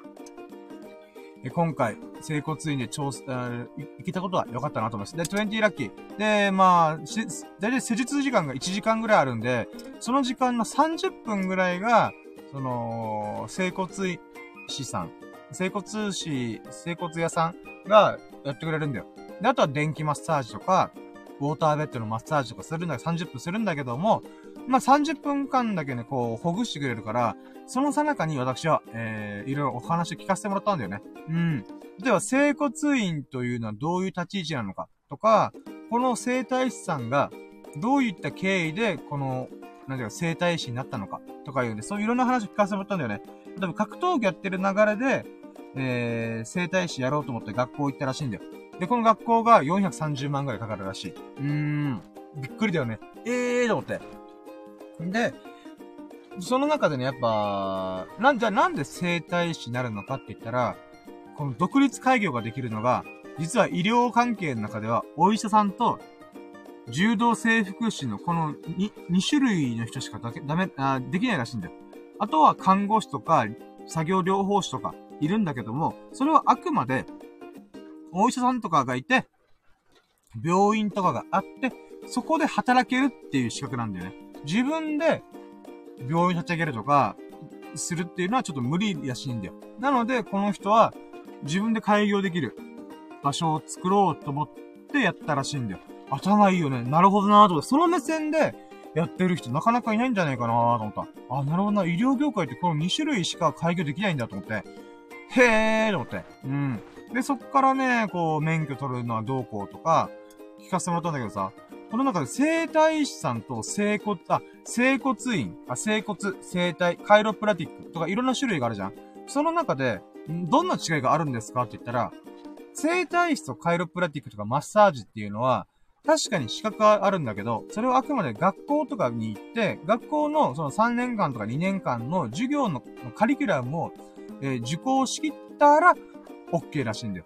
今回、整骨院で行けたことは良かったなと思います。で、20ラッキー。で、まあ、だいたい施術時間が1時間ぐらいあるんで、その時間の30分ぐらいが、整骨師さん、整骨屋さんがやってくれるんだよ。で、あとは電気マッサージとか、ウォーターベッドのマッサージとかするんだけど、30分するんだけども、まあ、30分間だけね、こう、ほぐしてくれるから、その最中に私は、いろいろお話を聞かせてもらったんだよね。例えば、整骨院というのはどういう立ち位置なのかとか、この整体師さんがどういった経緯で、この、なんていうか、整体師になったのかとかいうね、そういういろんな話を聞かせてもらったんだよね。例えば、格闘技やってる流れで、整体師やろうと思って学校行ったらしいんだよ。で、この学校が430万ぐらいかかるらしい。びっくりだよね。と思って。で、その中でね、やっぱ、じゃあなんで整体師になるのかって言ったら、この独立開業ができるのが、実は医療関係の中では、お医者さんと、柔道整復師のこの2種類の人しかできないらしいんだよ。あとは看護師とか、作業療法士とかいるんだけども、それはあくまで、お医者さんとかがいて、病院とかがあって、そこで働けるっていう資格なんだよね。自分で病院立ち上げるとか、するっていうのはちょっと無理らしいんだよ。なので、この人は自分で開業できる場所を作ろうと思ってやったらしいんだよ。頭いいよね。なるほどなぁと思って、その目線でやってる人なかなかいないんじゃないかなぁと思った。なるほどな。医療業界ってこの2種類しか開業できないんだと思って。へーと思って。で、そっからね、こう、免許取るのはどうこうとか、聞かせてもらったんだけどさ、この中で整体師さんと整骨院、整体、カイロプラティックとかいろんな種類があるじゃん。その中で、どんな違いがあるんですかって言ったら、整体師とカイロプラティックとかマッサージっていうのは、確かに資格はあるんだけど、それはあくまで学校とかに行って、学校のその3年間とか2年間の授業のカリキュラムを、受講しきったら、OK らしいんだよ。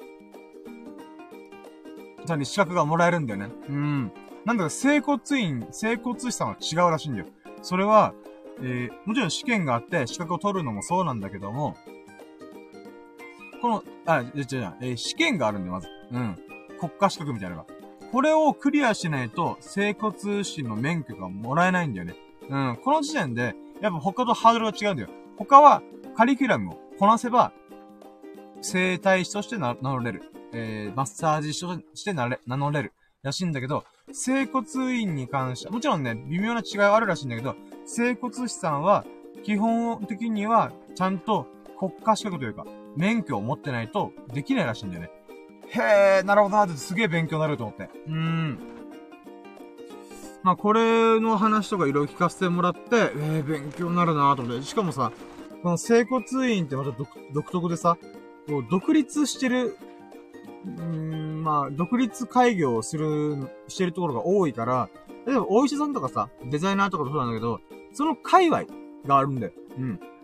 さらに資格がもらえるんだよね。なんだか整骨師さんは違うらしいんだよ。それは、もちろん試験があって資格を取るのもそうなんだけども、試験があるんだよ、まず。国家資格みたいなのが。これをクリアしないと、整骨師の免許がもらえないんだよね。この時点で、やっぱ他とハードルが違うんだよ。他は、カリキュラムをこなせば、整体師として名乗れる。マッサージ師として名乗れる。らしいんだけど、整骨院に関しては、もちろんね、微妙な違いはあるらしいんだけど、整骨師さんは、基本的には、ちゃんと国家資格というか、免許を持ってないとできないらしいんだよね。へー、なるほどなってすげー勉強になると思って。まあ、これの話とかいろいろ聞かせてもらって、勉強になるなと思って。しかもさ、この整骨院ってまた独特でさ、こう独立してる、まあ、独立開業をしてるところが多いから、例えばお医者さんとかさ、デザイナーとかもそうなんだけど、その界隈があるんだよ。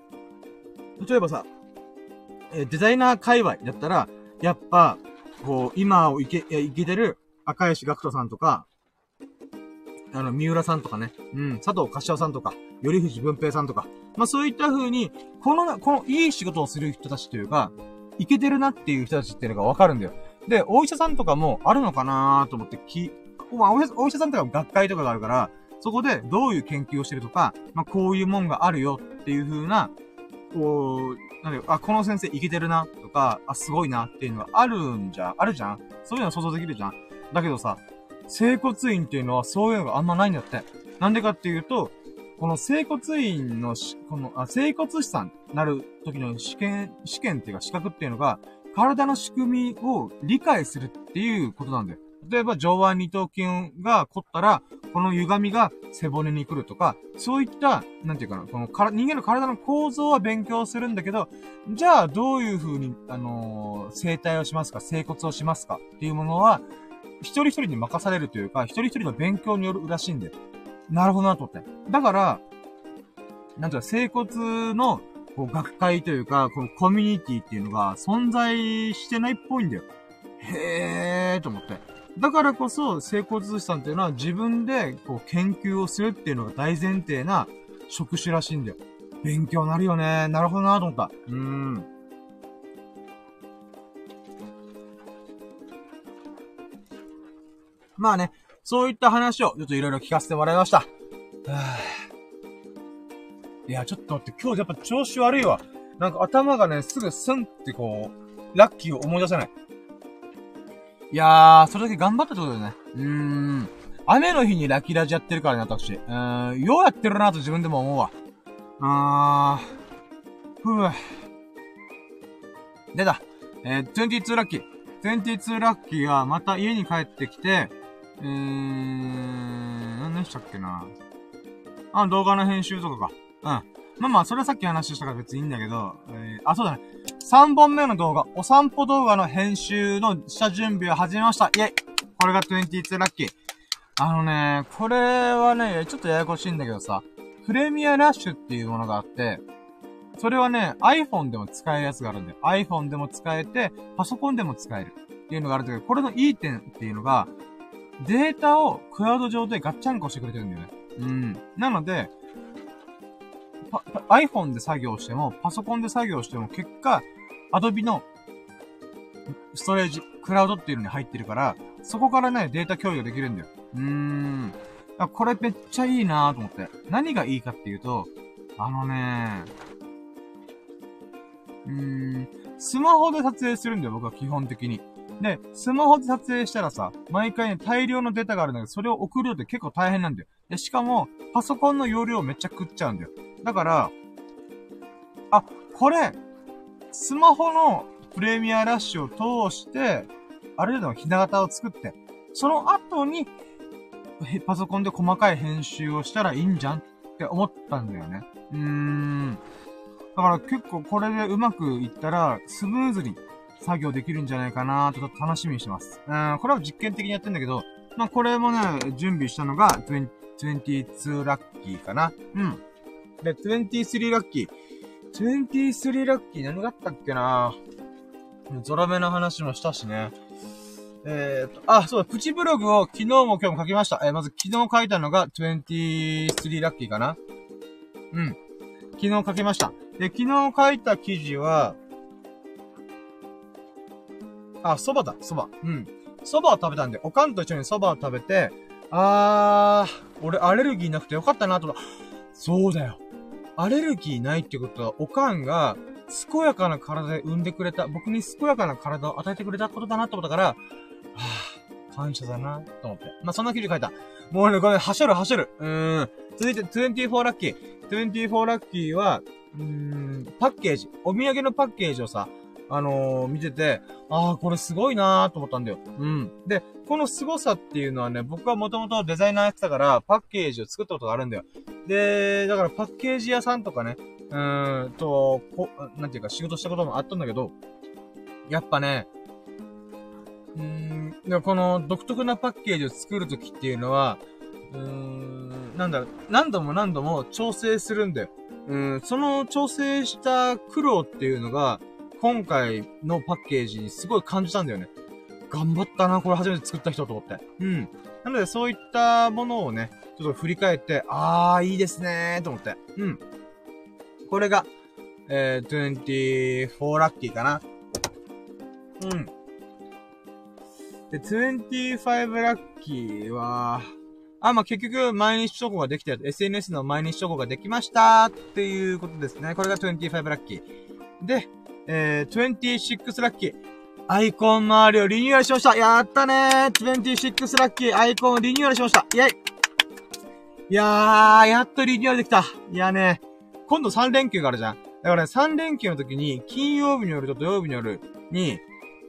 例えばさ、デザイナー界隈だったら、やっぱ、こう、今をいけてる赤石学人さんとか、三浦さんとかね、佐藤柏さんとか、頼藤文平さんとか、まあそういった風に、このいい仕事をする人たちというか、いけてるなっていう人たちっていうのがわかるんだよ。で、お医者さんとかもあるのかなーと思ってまあお医者さんとか学会とかがあるから、そこでどういう研究をしてるとか、まあこういうもんがあるよっていう風な、こう、なんだよ、この先生いけてるな、とか、すごいなっていうのがあるじゃん。そういうの想像できるじゃん。だけどさ、整骨院っていうのはそういうのがあんまないんだって。なんでかっていうと、この整骨院の整骨師さんになる時の試験っていうか資格っていうのが、体の仕組みを理解するっていうことなんだよ。例えば、上腕二頭筋が凝ったら、この歪みが背骨に来るとか、そういった、なんていうかな、人間の体の構造は勉強するんだけど、じゃあ、どういう風に、整体をしますか、整骨をしますかっていうものは、一人一人に任されるというか、一人一人の勉強によるらしいんだよ。なるほどなと思って。だから、なんていうか、整骨の、こう、学会というか、このコミュニティっていうのが存在してないっぽいんだよ。へーと思って。だからこそ、整骨師さんっていうのは自分で、こう、研究をするっていうのが大前提な職種らしいんだよ。勉強になるよね。なるほどなと思った。まあね、そういった話をちょっといろいろ聞かせてもらいました。いや、ちょっと待って、今日やっぱ調子悪いわ。なんか頭がね、すぐスンってこう、ラッキーを思い出せない。いやー、それだけ頑張ったってことだよね。雨の日にラッキーラジやってるからね、私。ようやってるなと自分でも思うわ。出た。22ラッキー。22ラッキーはまた家に帰ってきて、何したっけな。動画の編集とかか。まあ、それはさっき話したから別にいいんだけど、そうだね。3本目の動画、お散歩動画の編集の下準備を始めました。イェイ！これが22ラッキー。これはね、ちょっとややこしいんだけどさ、プレミアラッシュっていうものがあって、それはね、iPhone でも使えるやつがあるんだよ。iPhone でも使えて、パソコンでも使えるっていうのがあるんだけど、これのいい点っていうのが、データをクラウド上でガッチャンコしてくれてるんだよね。なので、iPhone で作業しても、パソコンで作業しても、結果、Adobe のストレージ、クラウドっていうのに入ってるから、そこからね、データ共有ができるんだよ。これめっちゃいいなぁと思って。何がいいかっていうと、スマホで撮影するんだよ、僕は基本的に。で、スマホで撮影したらさ、毎回ね、大量のデータがあるんだけど、それを送るのって結構大変なんだよ。で、しかも、パソコンの容量めっちゃ食っちゃうんだよ。だから、これ、スマホのプレミアラッシュを通して、ある程度のひな形を作って、その後に、パソコンで細かい編集をしたらいいんじゃんって思ったんだよね。だから結構これでうまくいったら、スムーズに作業できるんじゃないかなと楽しみにしてます。これは実験的にやってんだけど、まあこれもね、準備したのが22ラッキーかな。で、23ラッキー。23ラッキー何があったっけなゾロ目の話もしたしね。そうだ、プチブログを昨日も今日も書きました。まず昨日書いたのが23ラッキーかな。昨日書きました。で、昨日書いた記事は、蕎麦だ、蕎麦。蕎麦を食べたんで、おかんと一緒に蕎麦を食べて、俺アレルギーなくてよかったなと思った。そうだよ。アレルギーないってことは、おかんが、健やかな体で産んでくれた、僕に健やかな体を与えてくれたことだなと思ったから、感謝だなと思って。まあ、そんな記事書いた。もうね、これ、はしょる。続いて、24ラッキー。24ラッキーは、パッケージ。お土産のパッケージをさ、見てて、これすごいなーと思ったんだよ。で、この凄さっていうのはね、僕はもともとデザイナーやってたから、パッケージを作ったことがあるんだよ。で、だからパッケージ屋さんとかね、なんていうか仕事したこともあったんだけど、やっぱね、この独特なパッケージを作るときっていうのは、何度も調整するんだよ。 その調整した苦労っていうのが、今回のパッケージにすごい感じたんだよね。頑張ったな、これ初めて作った人と思って。なので、そういったものをね、ちょっと振り返って、いいですねーと思って。これが、24ラッキーかな。で、25ラッキーは、結局、毎日投稿ができたやつ、SNS の毎日投稿ができましたっていうことですね。これが25ラッキー。で、26ラッキー。アイコン周りをリニューアルしました。やったねー。26ラッキー。アイコンをリニューアルしました。イェイ。いやー、やっとリニューアルできた。いやね、今度3連休があるじゃん。だからね、3連休の時に、金曜日の夜と土曜日の夜に、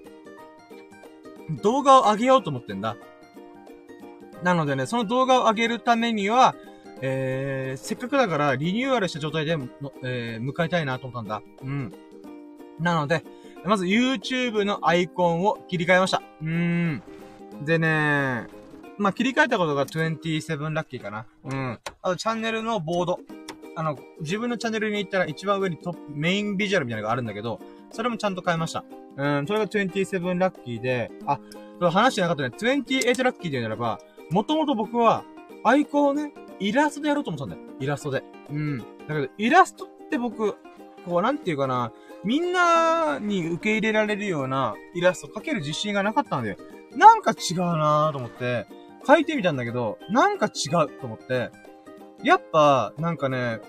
動画を上げようと思ってんだ。なのでね、その動画を上げるためには、せっかくだからリニューアルした状態で、迎えたいなと思ったんだ。なので、まず YouTube のアイコンを切り替えました。でね、切り替えたことが27ラッキーかな。あとチャンネルのボード。自分のチャンネルに行ったら一番上にメインビジュアルみたいなのがあるんだけど、それもちゃんと変えました。それが27ラッキーで、話してなかったね。28ラッキーで言うならば、もともと僕は、アイコンをね、イラストでやろうと思ったんだよ。イラストで。だけど、イラストって僕、なんていうかな、みんなに受け入れられるようなイラスト描ける自信がなかったんだよ。なんか違うなぁと思って、描いてみたんだけど、なんか違うと思って、やっぱ、なんかね、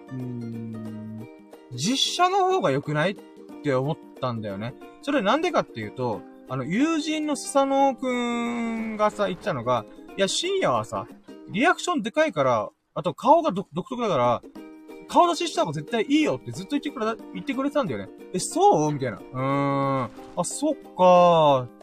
実写の方が良くないって思ったんだよね。それなんでかっていうと、友人のスサノオくんがさ、言ったのが、いや、深夜はさ、リアクションでかいから、あと顔が独特だから、顔出しした方が絶対いいよってずっと言ってくれてたんだよね。そうみたいな。そっかーって、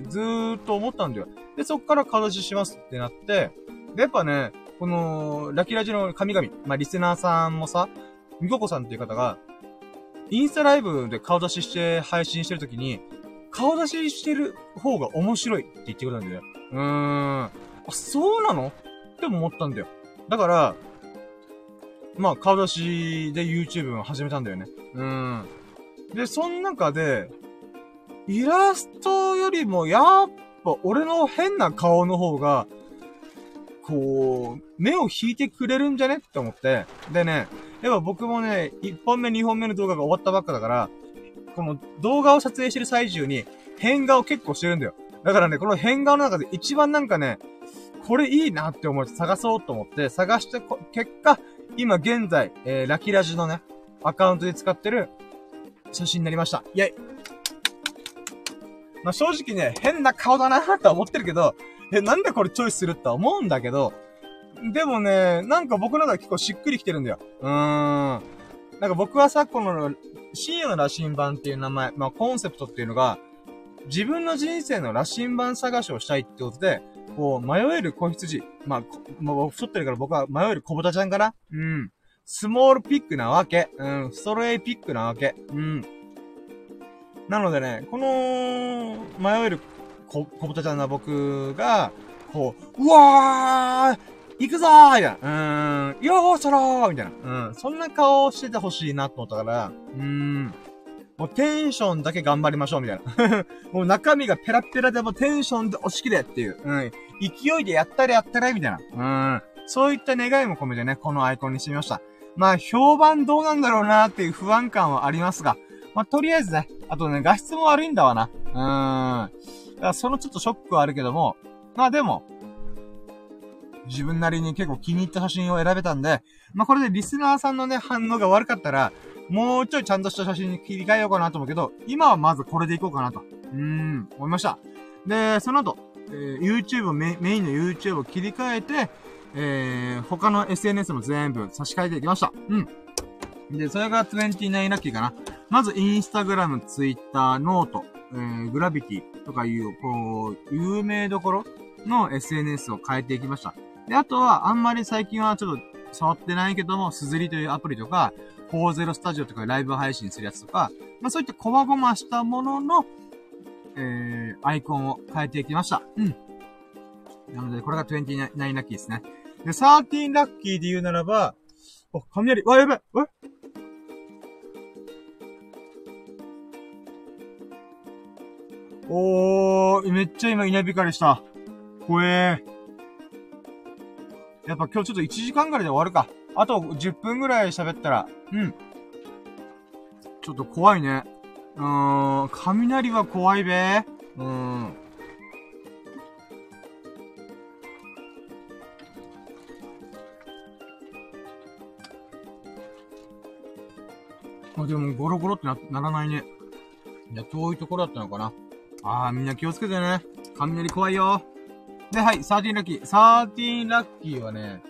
ずーっと思ったんだよ。で、そっから顔出ししますってなって、で、やっぱね、この、ラキラジの神々、リスナーさんもさ、みここさんっていう方が、インスタライブで顔出しして配信してるときに、顔出ししてる方が面白いって言ってくれたんだよ。そうなのって思ったんだよ。だから、顔出しで YouTube を始めたんだよね。で、その中で、イラストよりもやっぱ俺の変な顔の方が、目を引いてくれるんじゃねって思って。でね、やっぱ僕もね、1本目2本目の動画が終わったばっかだから、この動画を撮影してる最中に変顔結構してるんだよ。だからね、この変顔の中で一番なんかね、これいいなって思って探そうと思って探して結果、今現在、ラキラジのね、アカウントで使ってる写真になりました。イェイ。正直ね、変な顔だなーって思ってるけど、なんでこれチョイスするって思うんだけど、でもね、なんか僕の中で結構しっくりきてるんだよ。なんか僕はさ、この、深夜の羅針盤っていう名前、コンセプトっていうのが、自分の人生の羅針盤探しをしたいってことで、迷える子羊。太ってるから僕は迷える小豚ちゃんかな。スモールピックなわけ。ストレイピックなわけ。なのでね、この、迷える小豚ちゃんな僕が、うわー行くぞーみたいな。よーそろーみたいな。そんな顔をしててほしいなと思ったから、もうテンションだけ頑張りましょうみたいな。もう中身がペラペラでもテンションで押し切れっていう。勢いでやったれみたいな。そういった願いも込めてね、このアイコンにしてみました。評判どうなんだろうなーっていう不安感はありますが、とりあえずね、あとね、画質も悪いんだわな。だからそのちょっとショックはあるけども、でも、自分なりに結構気に入った写真を選べたんで、これでリスナーさんのね、反応が悪かったら、もうちょいちゃんとした写真に切り替えようかなと思うけど、今はまずこれでいこうかなと。思いました。で、その後、YouTube メインの YouTube を切り替えて、他の SNS も全部差し替えていきました。で、それが29ラッキーかな。まず、インスタグラム、ツイッター、ノート、グラビティとかいう、有名どころの SNS を変えていきました。で、あとは、あんまり最近はちょっと触ってないけども、すずりというアプリとか、40スタジオとかライブ配信するやつとか、そういった細々したものの、アイコンを変えていきました。なので、これが29ラッキーですね。で、13ラッキーで言うならば、 お、雷。わ、やべえ。おー、めっちゃ今稲光した。怖えー。やっぱ今日ちょっと1時間ぐらいで終わるか。あと10分ぐらい喋ったら、ちょっと怖いね。雷は怖いべ。でもゴロゴロってならないね。いや、遠いところだったのかな。みんな気をつけてね。雷怖いよ。で、はい、13ラッキー。13ラッキーはね、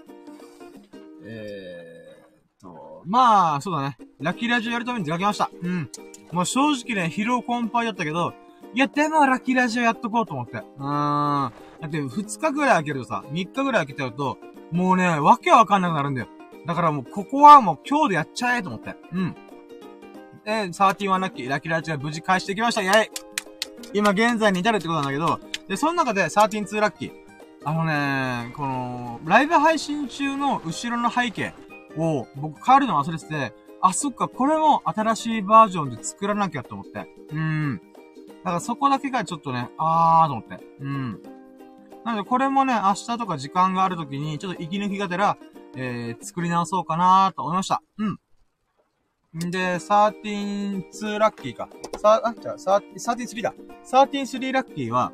まあ、そうだね。ラッキーラジオやるために出かけました。もう正直ね、疲労困憊だったけど、いや、でもラッキーラジオやっとこうと思って。だって2日ぐらい空けるとさ、3日ぐらい空けちゃうと、もうね、わけわかんなくなるんだよ。だからもう、ここはもう今日でやっちゃえと思って。で、13ラッキー、ラッキーラジオ無事返してきました。イェイ！今現在に至るってことなんだけど、で、その中で13ラッキー。この、ライブ配信中の後ろの背景を僕変わるの忘れてて、そっか、これも新しいバージョンで作らなきゃと思って。だからそこだけがちょっとね、と思って。なのでこれもね、明日とか時間があるときに、ちょっと息抜きがてら、作り直そうかなと思いました。で、13ラッキーか。13だ。13ラッキーは、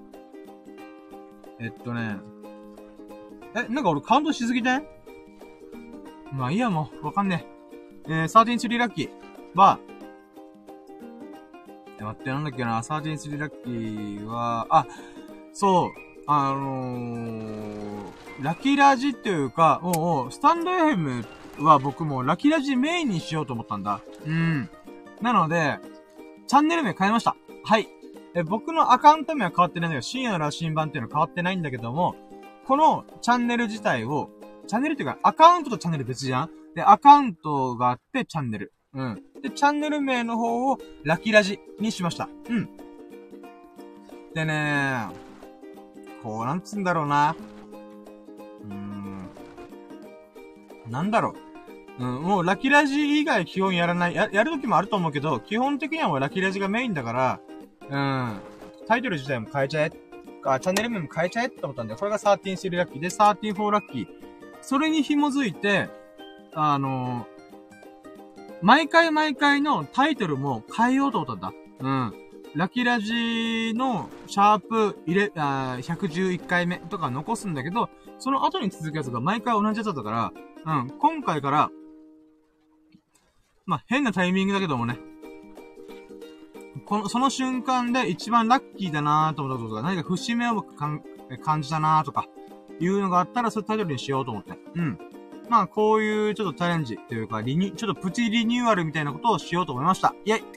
なんか俺カウントしすぎてん？まあいいやもう、わかんねえ。13ラッキーは、待って、なんだっけな、13ラッキーは、そう、ラッキーラジっていうか、スタンド FM は僕もラッキーラジメインにしようと思ったんだ。なので、チャンネル名変えました。はい。僕のアカウント名は変わってないんだけど、深夜の羅針盤っていうのは変わってないんだけども、このチャンネル自体を、チャンネルっていうか、アカウントとチャンネル別じゃん？で、アカウントがあってチャンネル。で、チャンネル名の方をラッキーラジにしました。でね、こう、なんつうんだろうな。なんだろう。もうラッキーラジ以外基本やらない。やる時もあると思うけど、基本的にはもうラッキーラジがメインだから、タイトル自体も変えちゃえ。チャンネル名も変えちゃえって思ったんで、これが13ラッキーで、34ラッキー。それに紐づいて、毎回のタイトルも変えようと思ったんだ。ラッキーラジのシャープ111回目とか残すんだけど、その後に続くやつが毎回同じやつだったから、今回から、まあ、変なタイミングだけどもね、その瞬間で一番ラッキーだなーと思ったことが、何か節目を感じたなーとか、いうのがあったら、それタイトルにしようと思って。まあ、こういうちょっとチャレンジというか、ちょっとプチリニューアルみたいなことをしようと思いました。イェイ！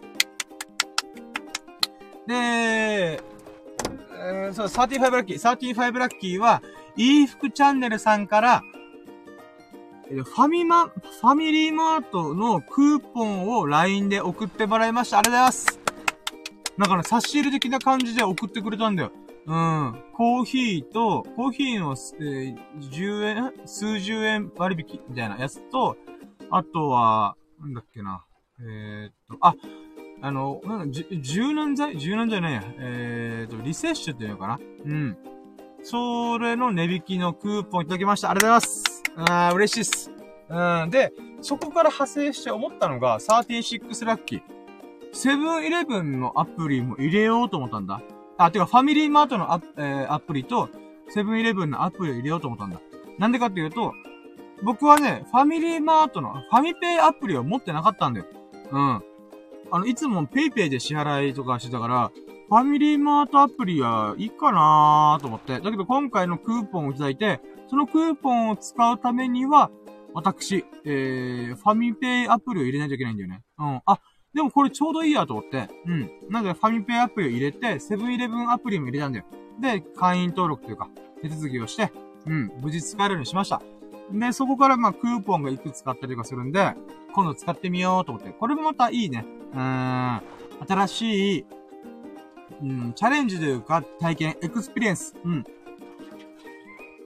で、35ラッキー。35ラッキーは、いい服チャンネルさんから、ファミリーマートのクーポンを LINE で送ってもらいました。ありがとうございます。なんかね、差し入れ的な感じで送ってくれたんだよ。コーヒーの、10円、数十円割引みたいなやつと、あとは、なんだっけな。柔軟剤じゃないや。リセッシュっていうのかな？それの値引きのクーポンいただきました。ありがとうございます。嬉しいっす。で、そこから派生して思ったのが、36ラッキー。セブンイレブンのアプリも入れようと思ったんだ。てか、ファミリーマートのアプリと、セブンイレブンのアプリを入れようと思ったんだ。なんでかっていうと、僕はね、ファミリーマートのファミペイアプリを持ってなかったんだよ。いつもペイペイで支払いとかしてたから、ファミリーマートアプリはいいかなーと思って。だけど今回のクーポンをいただいて、そのクーポンを使うためには、私、ファミペイアプリを入れないといけないんだよね。でもこれちょうどいいやと思って。なのでファミペイアプリを入れて、セブンイレブンアプリも入れたんだよ。で、会員登録というか、手続きをして、無事使えるようにしました。で、そこからクーポンがいくつかあったりとかするんで、今度使ってみようと思って。これもまたいいね。新しい、チャレンジというか、体験、エクスペリエンス。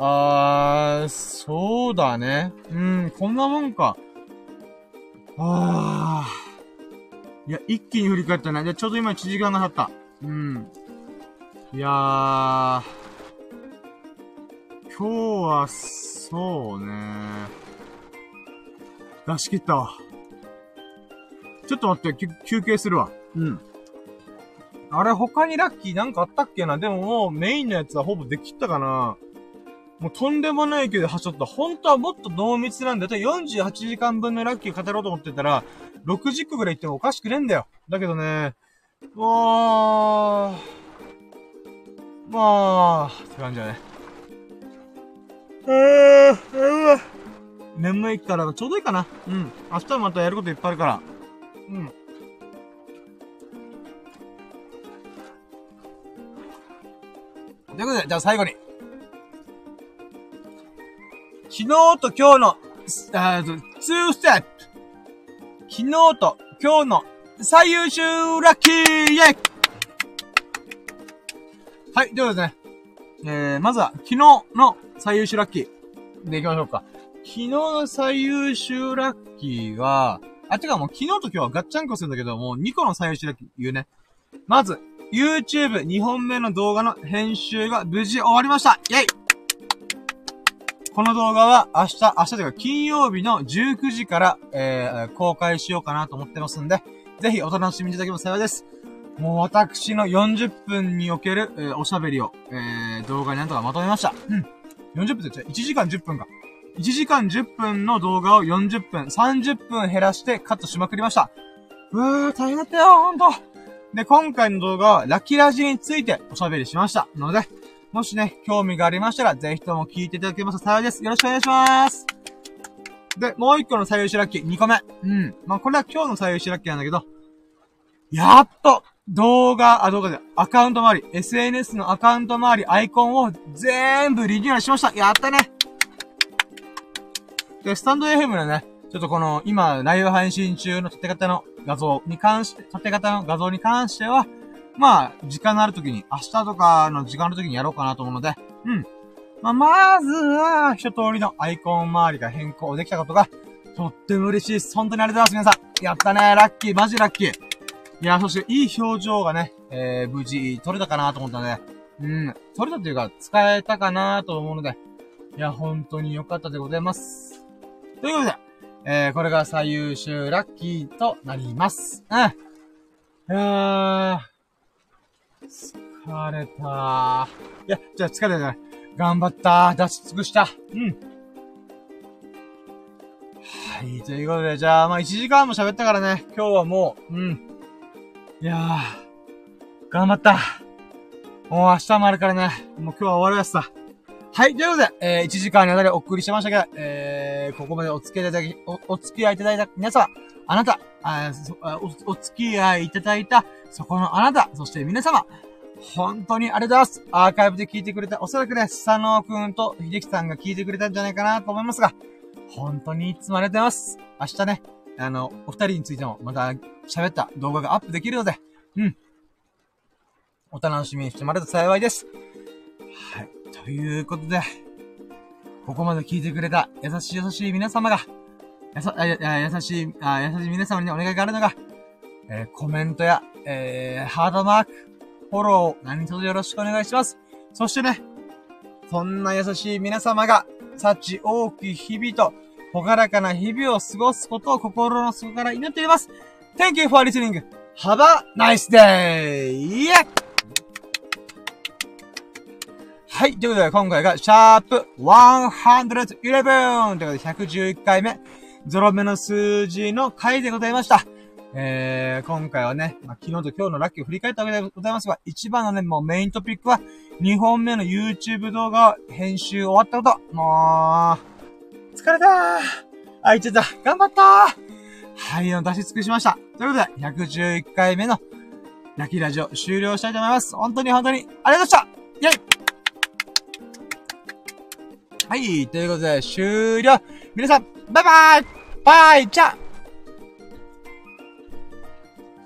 そうだね。こんなもんか。いや、一気に振り返ったね。で、ちょうど今1時間が経った。いやー、今日は、そうね。出し切ったわ。ちょっと待って、休憩するわ。あれ、他にラッキーなんかあったっけな。でももうメインのやつはほぼできたかな。もうとんでもない勢いで走っとった。本当はもっと濃密なんだよ。48時間分のラッキーを語ろうと思ってたら、60個ぐらい言ってもおかしくねえんだよ。だけどね、まあ、って感じだね。眠いからちょうどいいかな。明日またやることいっぱいあるから。ということで、じゃあ最後に。昨日と今日の、2ステップ。昨日と今日の最優秀ラッキーイェイ。はい、ということでね。まずは昨日の最優秀ラッキーでいきましょうか。昨日の最優秀ラッキーは、てかもう昨日と今日はガッチャンコするんだけど、もう2個の最優秀ラッキー言うね。まず、YouTube 2本目の動画の編集が無事終わりました。イェイ。この動画は明日というか金曜日の19時から、公開しようかなと思ってますんで、ぜひお楽しみいただけます幸いです。もう私の40分における、おしゃべりを、動画になんとかまとめました。40分って言っちゃ1時間10分か。1時間10分の動画を40分、30分減らしてカットしまくりました。大変だったよ、ほんと。で、今回の動画はラッキーラジについておしゃべりしましたので、もしね、興味がありましたら、ぜひとも聞いていただけますと幸いです。よろしくお願いします。で、もう一個の最優秀ラッキー、2個目。まあ、これは今日の最優秀ラッキーなんだけど、やっと、アカウント周り、SNS のアカウント周り、アイコンを全部リニューアルしました。やったね。で、スタンド FM のね、ちょっとこの、今、ライブ配信中の縦型の画像に関しては、まあ、時間のある時に、明日とかの時間の時にやろうかなと思うので、まずは、一通りのアイコン周りが変更できたことが、とっても嬉しいです。本当にありがとうございます、皆さん。やったね、ラッキー、マジラッキー。いや、そしていい表情がね、無事撮れたかなと思ったので、撮れたというか、使えたかなと思うので、いや、本当に良かったでございます。ということで、これが最優秀ラッキーとなります。疲れた。いや、じゃあ疲れたじゃない。頑張った。出し尽くした。はい、ということで、じゃあ、1時間も喋ったからね、今日はもう、いやー、頑張った。もう明日もあるからね、もう今日は終わるやつさ。はい、ということで、1時間にわたりお送りしましたけど、ここまでお付き合いいただいた皆様、あなた、お付き合いいただいた、そこのあなた、そして皆様、本当にありがとうございます。アーカイブで聞いてくれた、おそらくね、佐野くんと秀樹さんが聞いてくれたんじゃないかなと思いますが、本当にいつもありがとうございます。明日ね、お二人についてもまた喋った動画がアップできるので、お楽しみにしてもらえると幸いです。はい。ということで、ここまで聞いてくれた優しい皆様が、優しい皆様にお願いがあるのが、コメントや、ハートマーク、フォロー、何卒よろしくお願いします。そしてね、そんな優しい皆様が、幸多き日々と、ほがらかな日々を過ごすことを心の底から祈っています。Thank you for listening. Have a nice day! Yeah! はい。ということで、今回が、シャープ111ということで、111回目、ゾロ目の数字の回でございました。今回はね、昨日と今日のラッキーを振り返ったわけでございますが、一番のね、もうメイントピックは、2本目の YouTube 動画編集終わったこと。もう、疲れたー。言っちゃった。頑張ったー。はい、出し尽くしました。ということで、111回目のラッキーラジオ終了したいと思います。本当にありがとうございました。イェイ。はい、ということで終了。皆さん、バイバイ。バイ、じゃあ。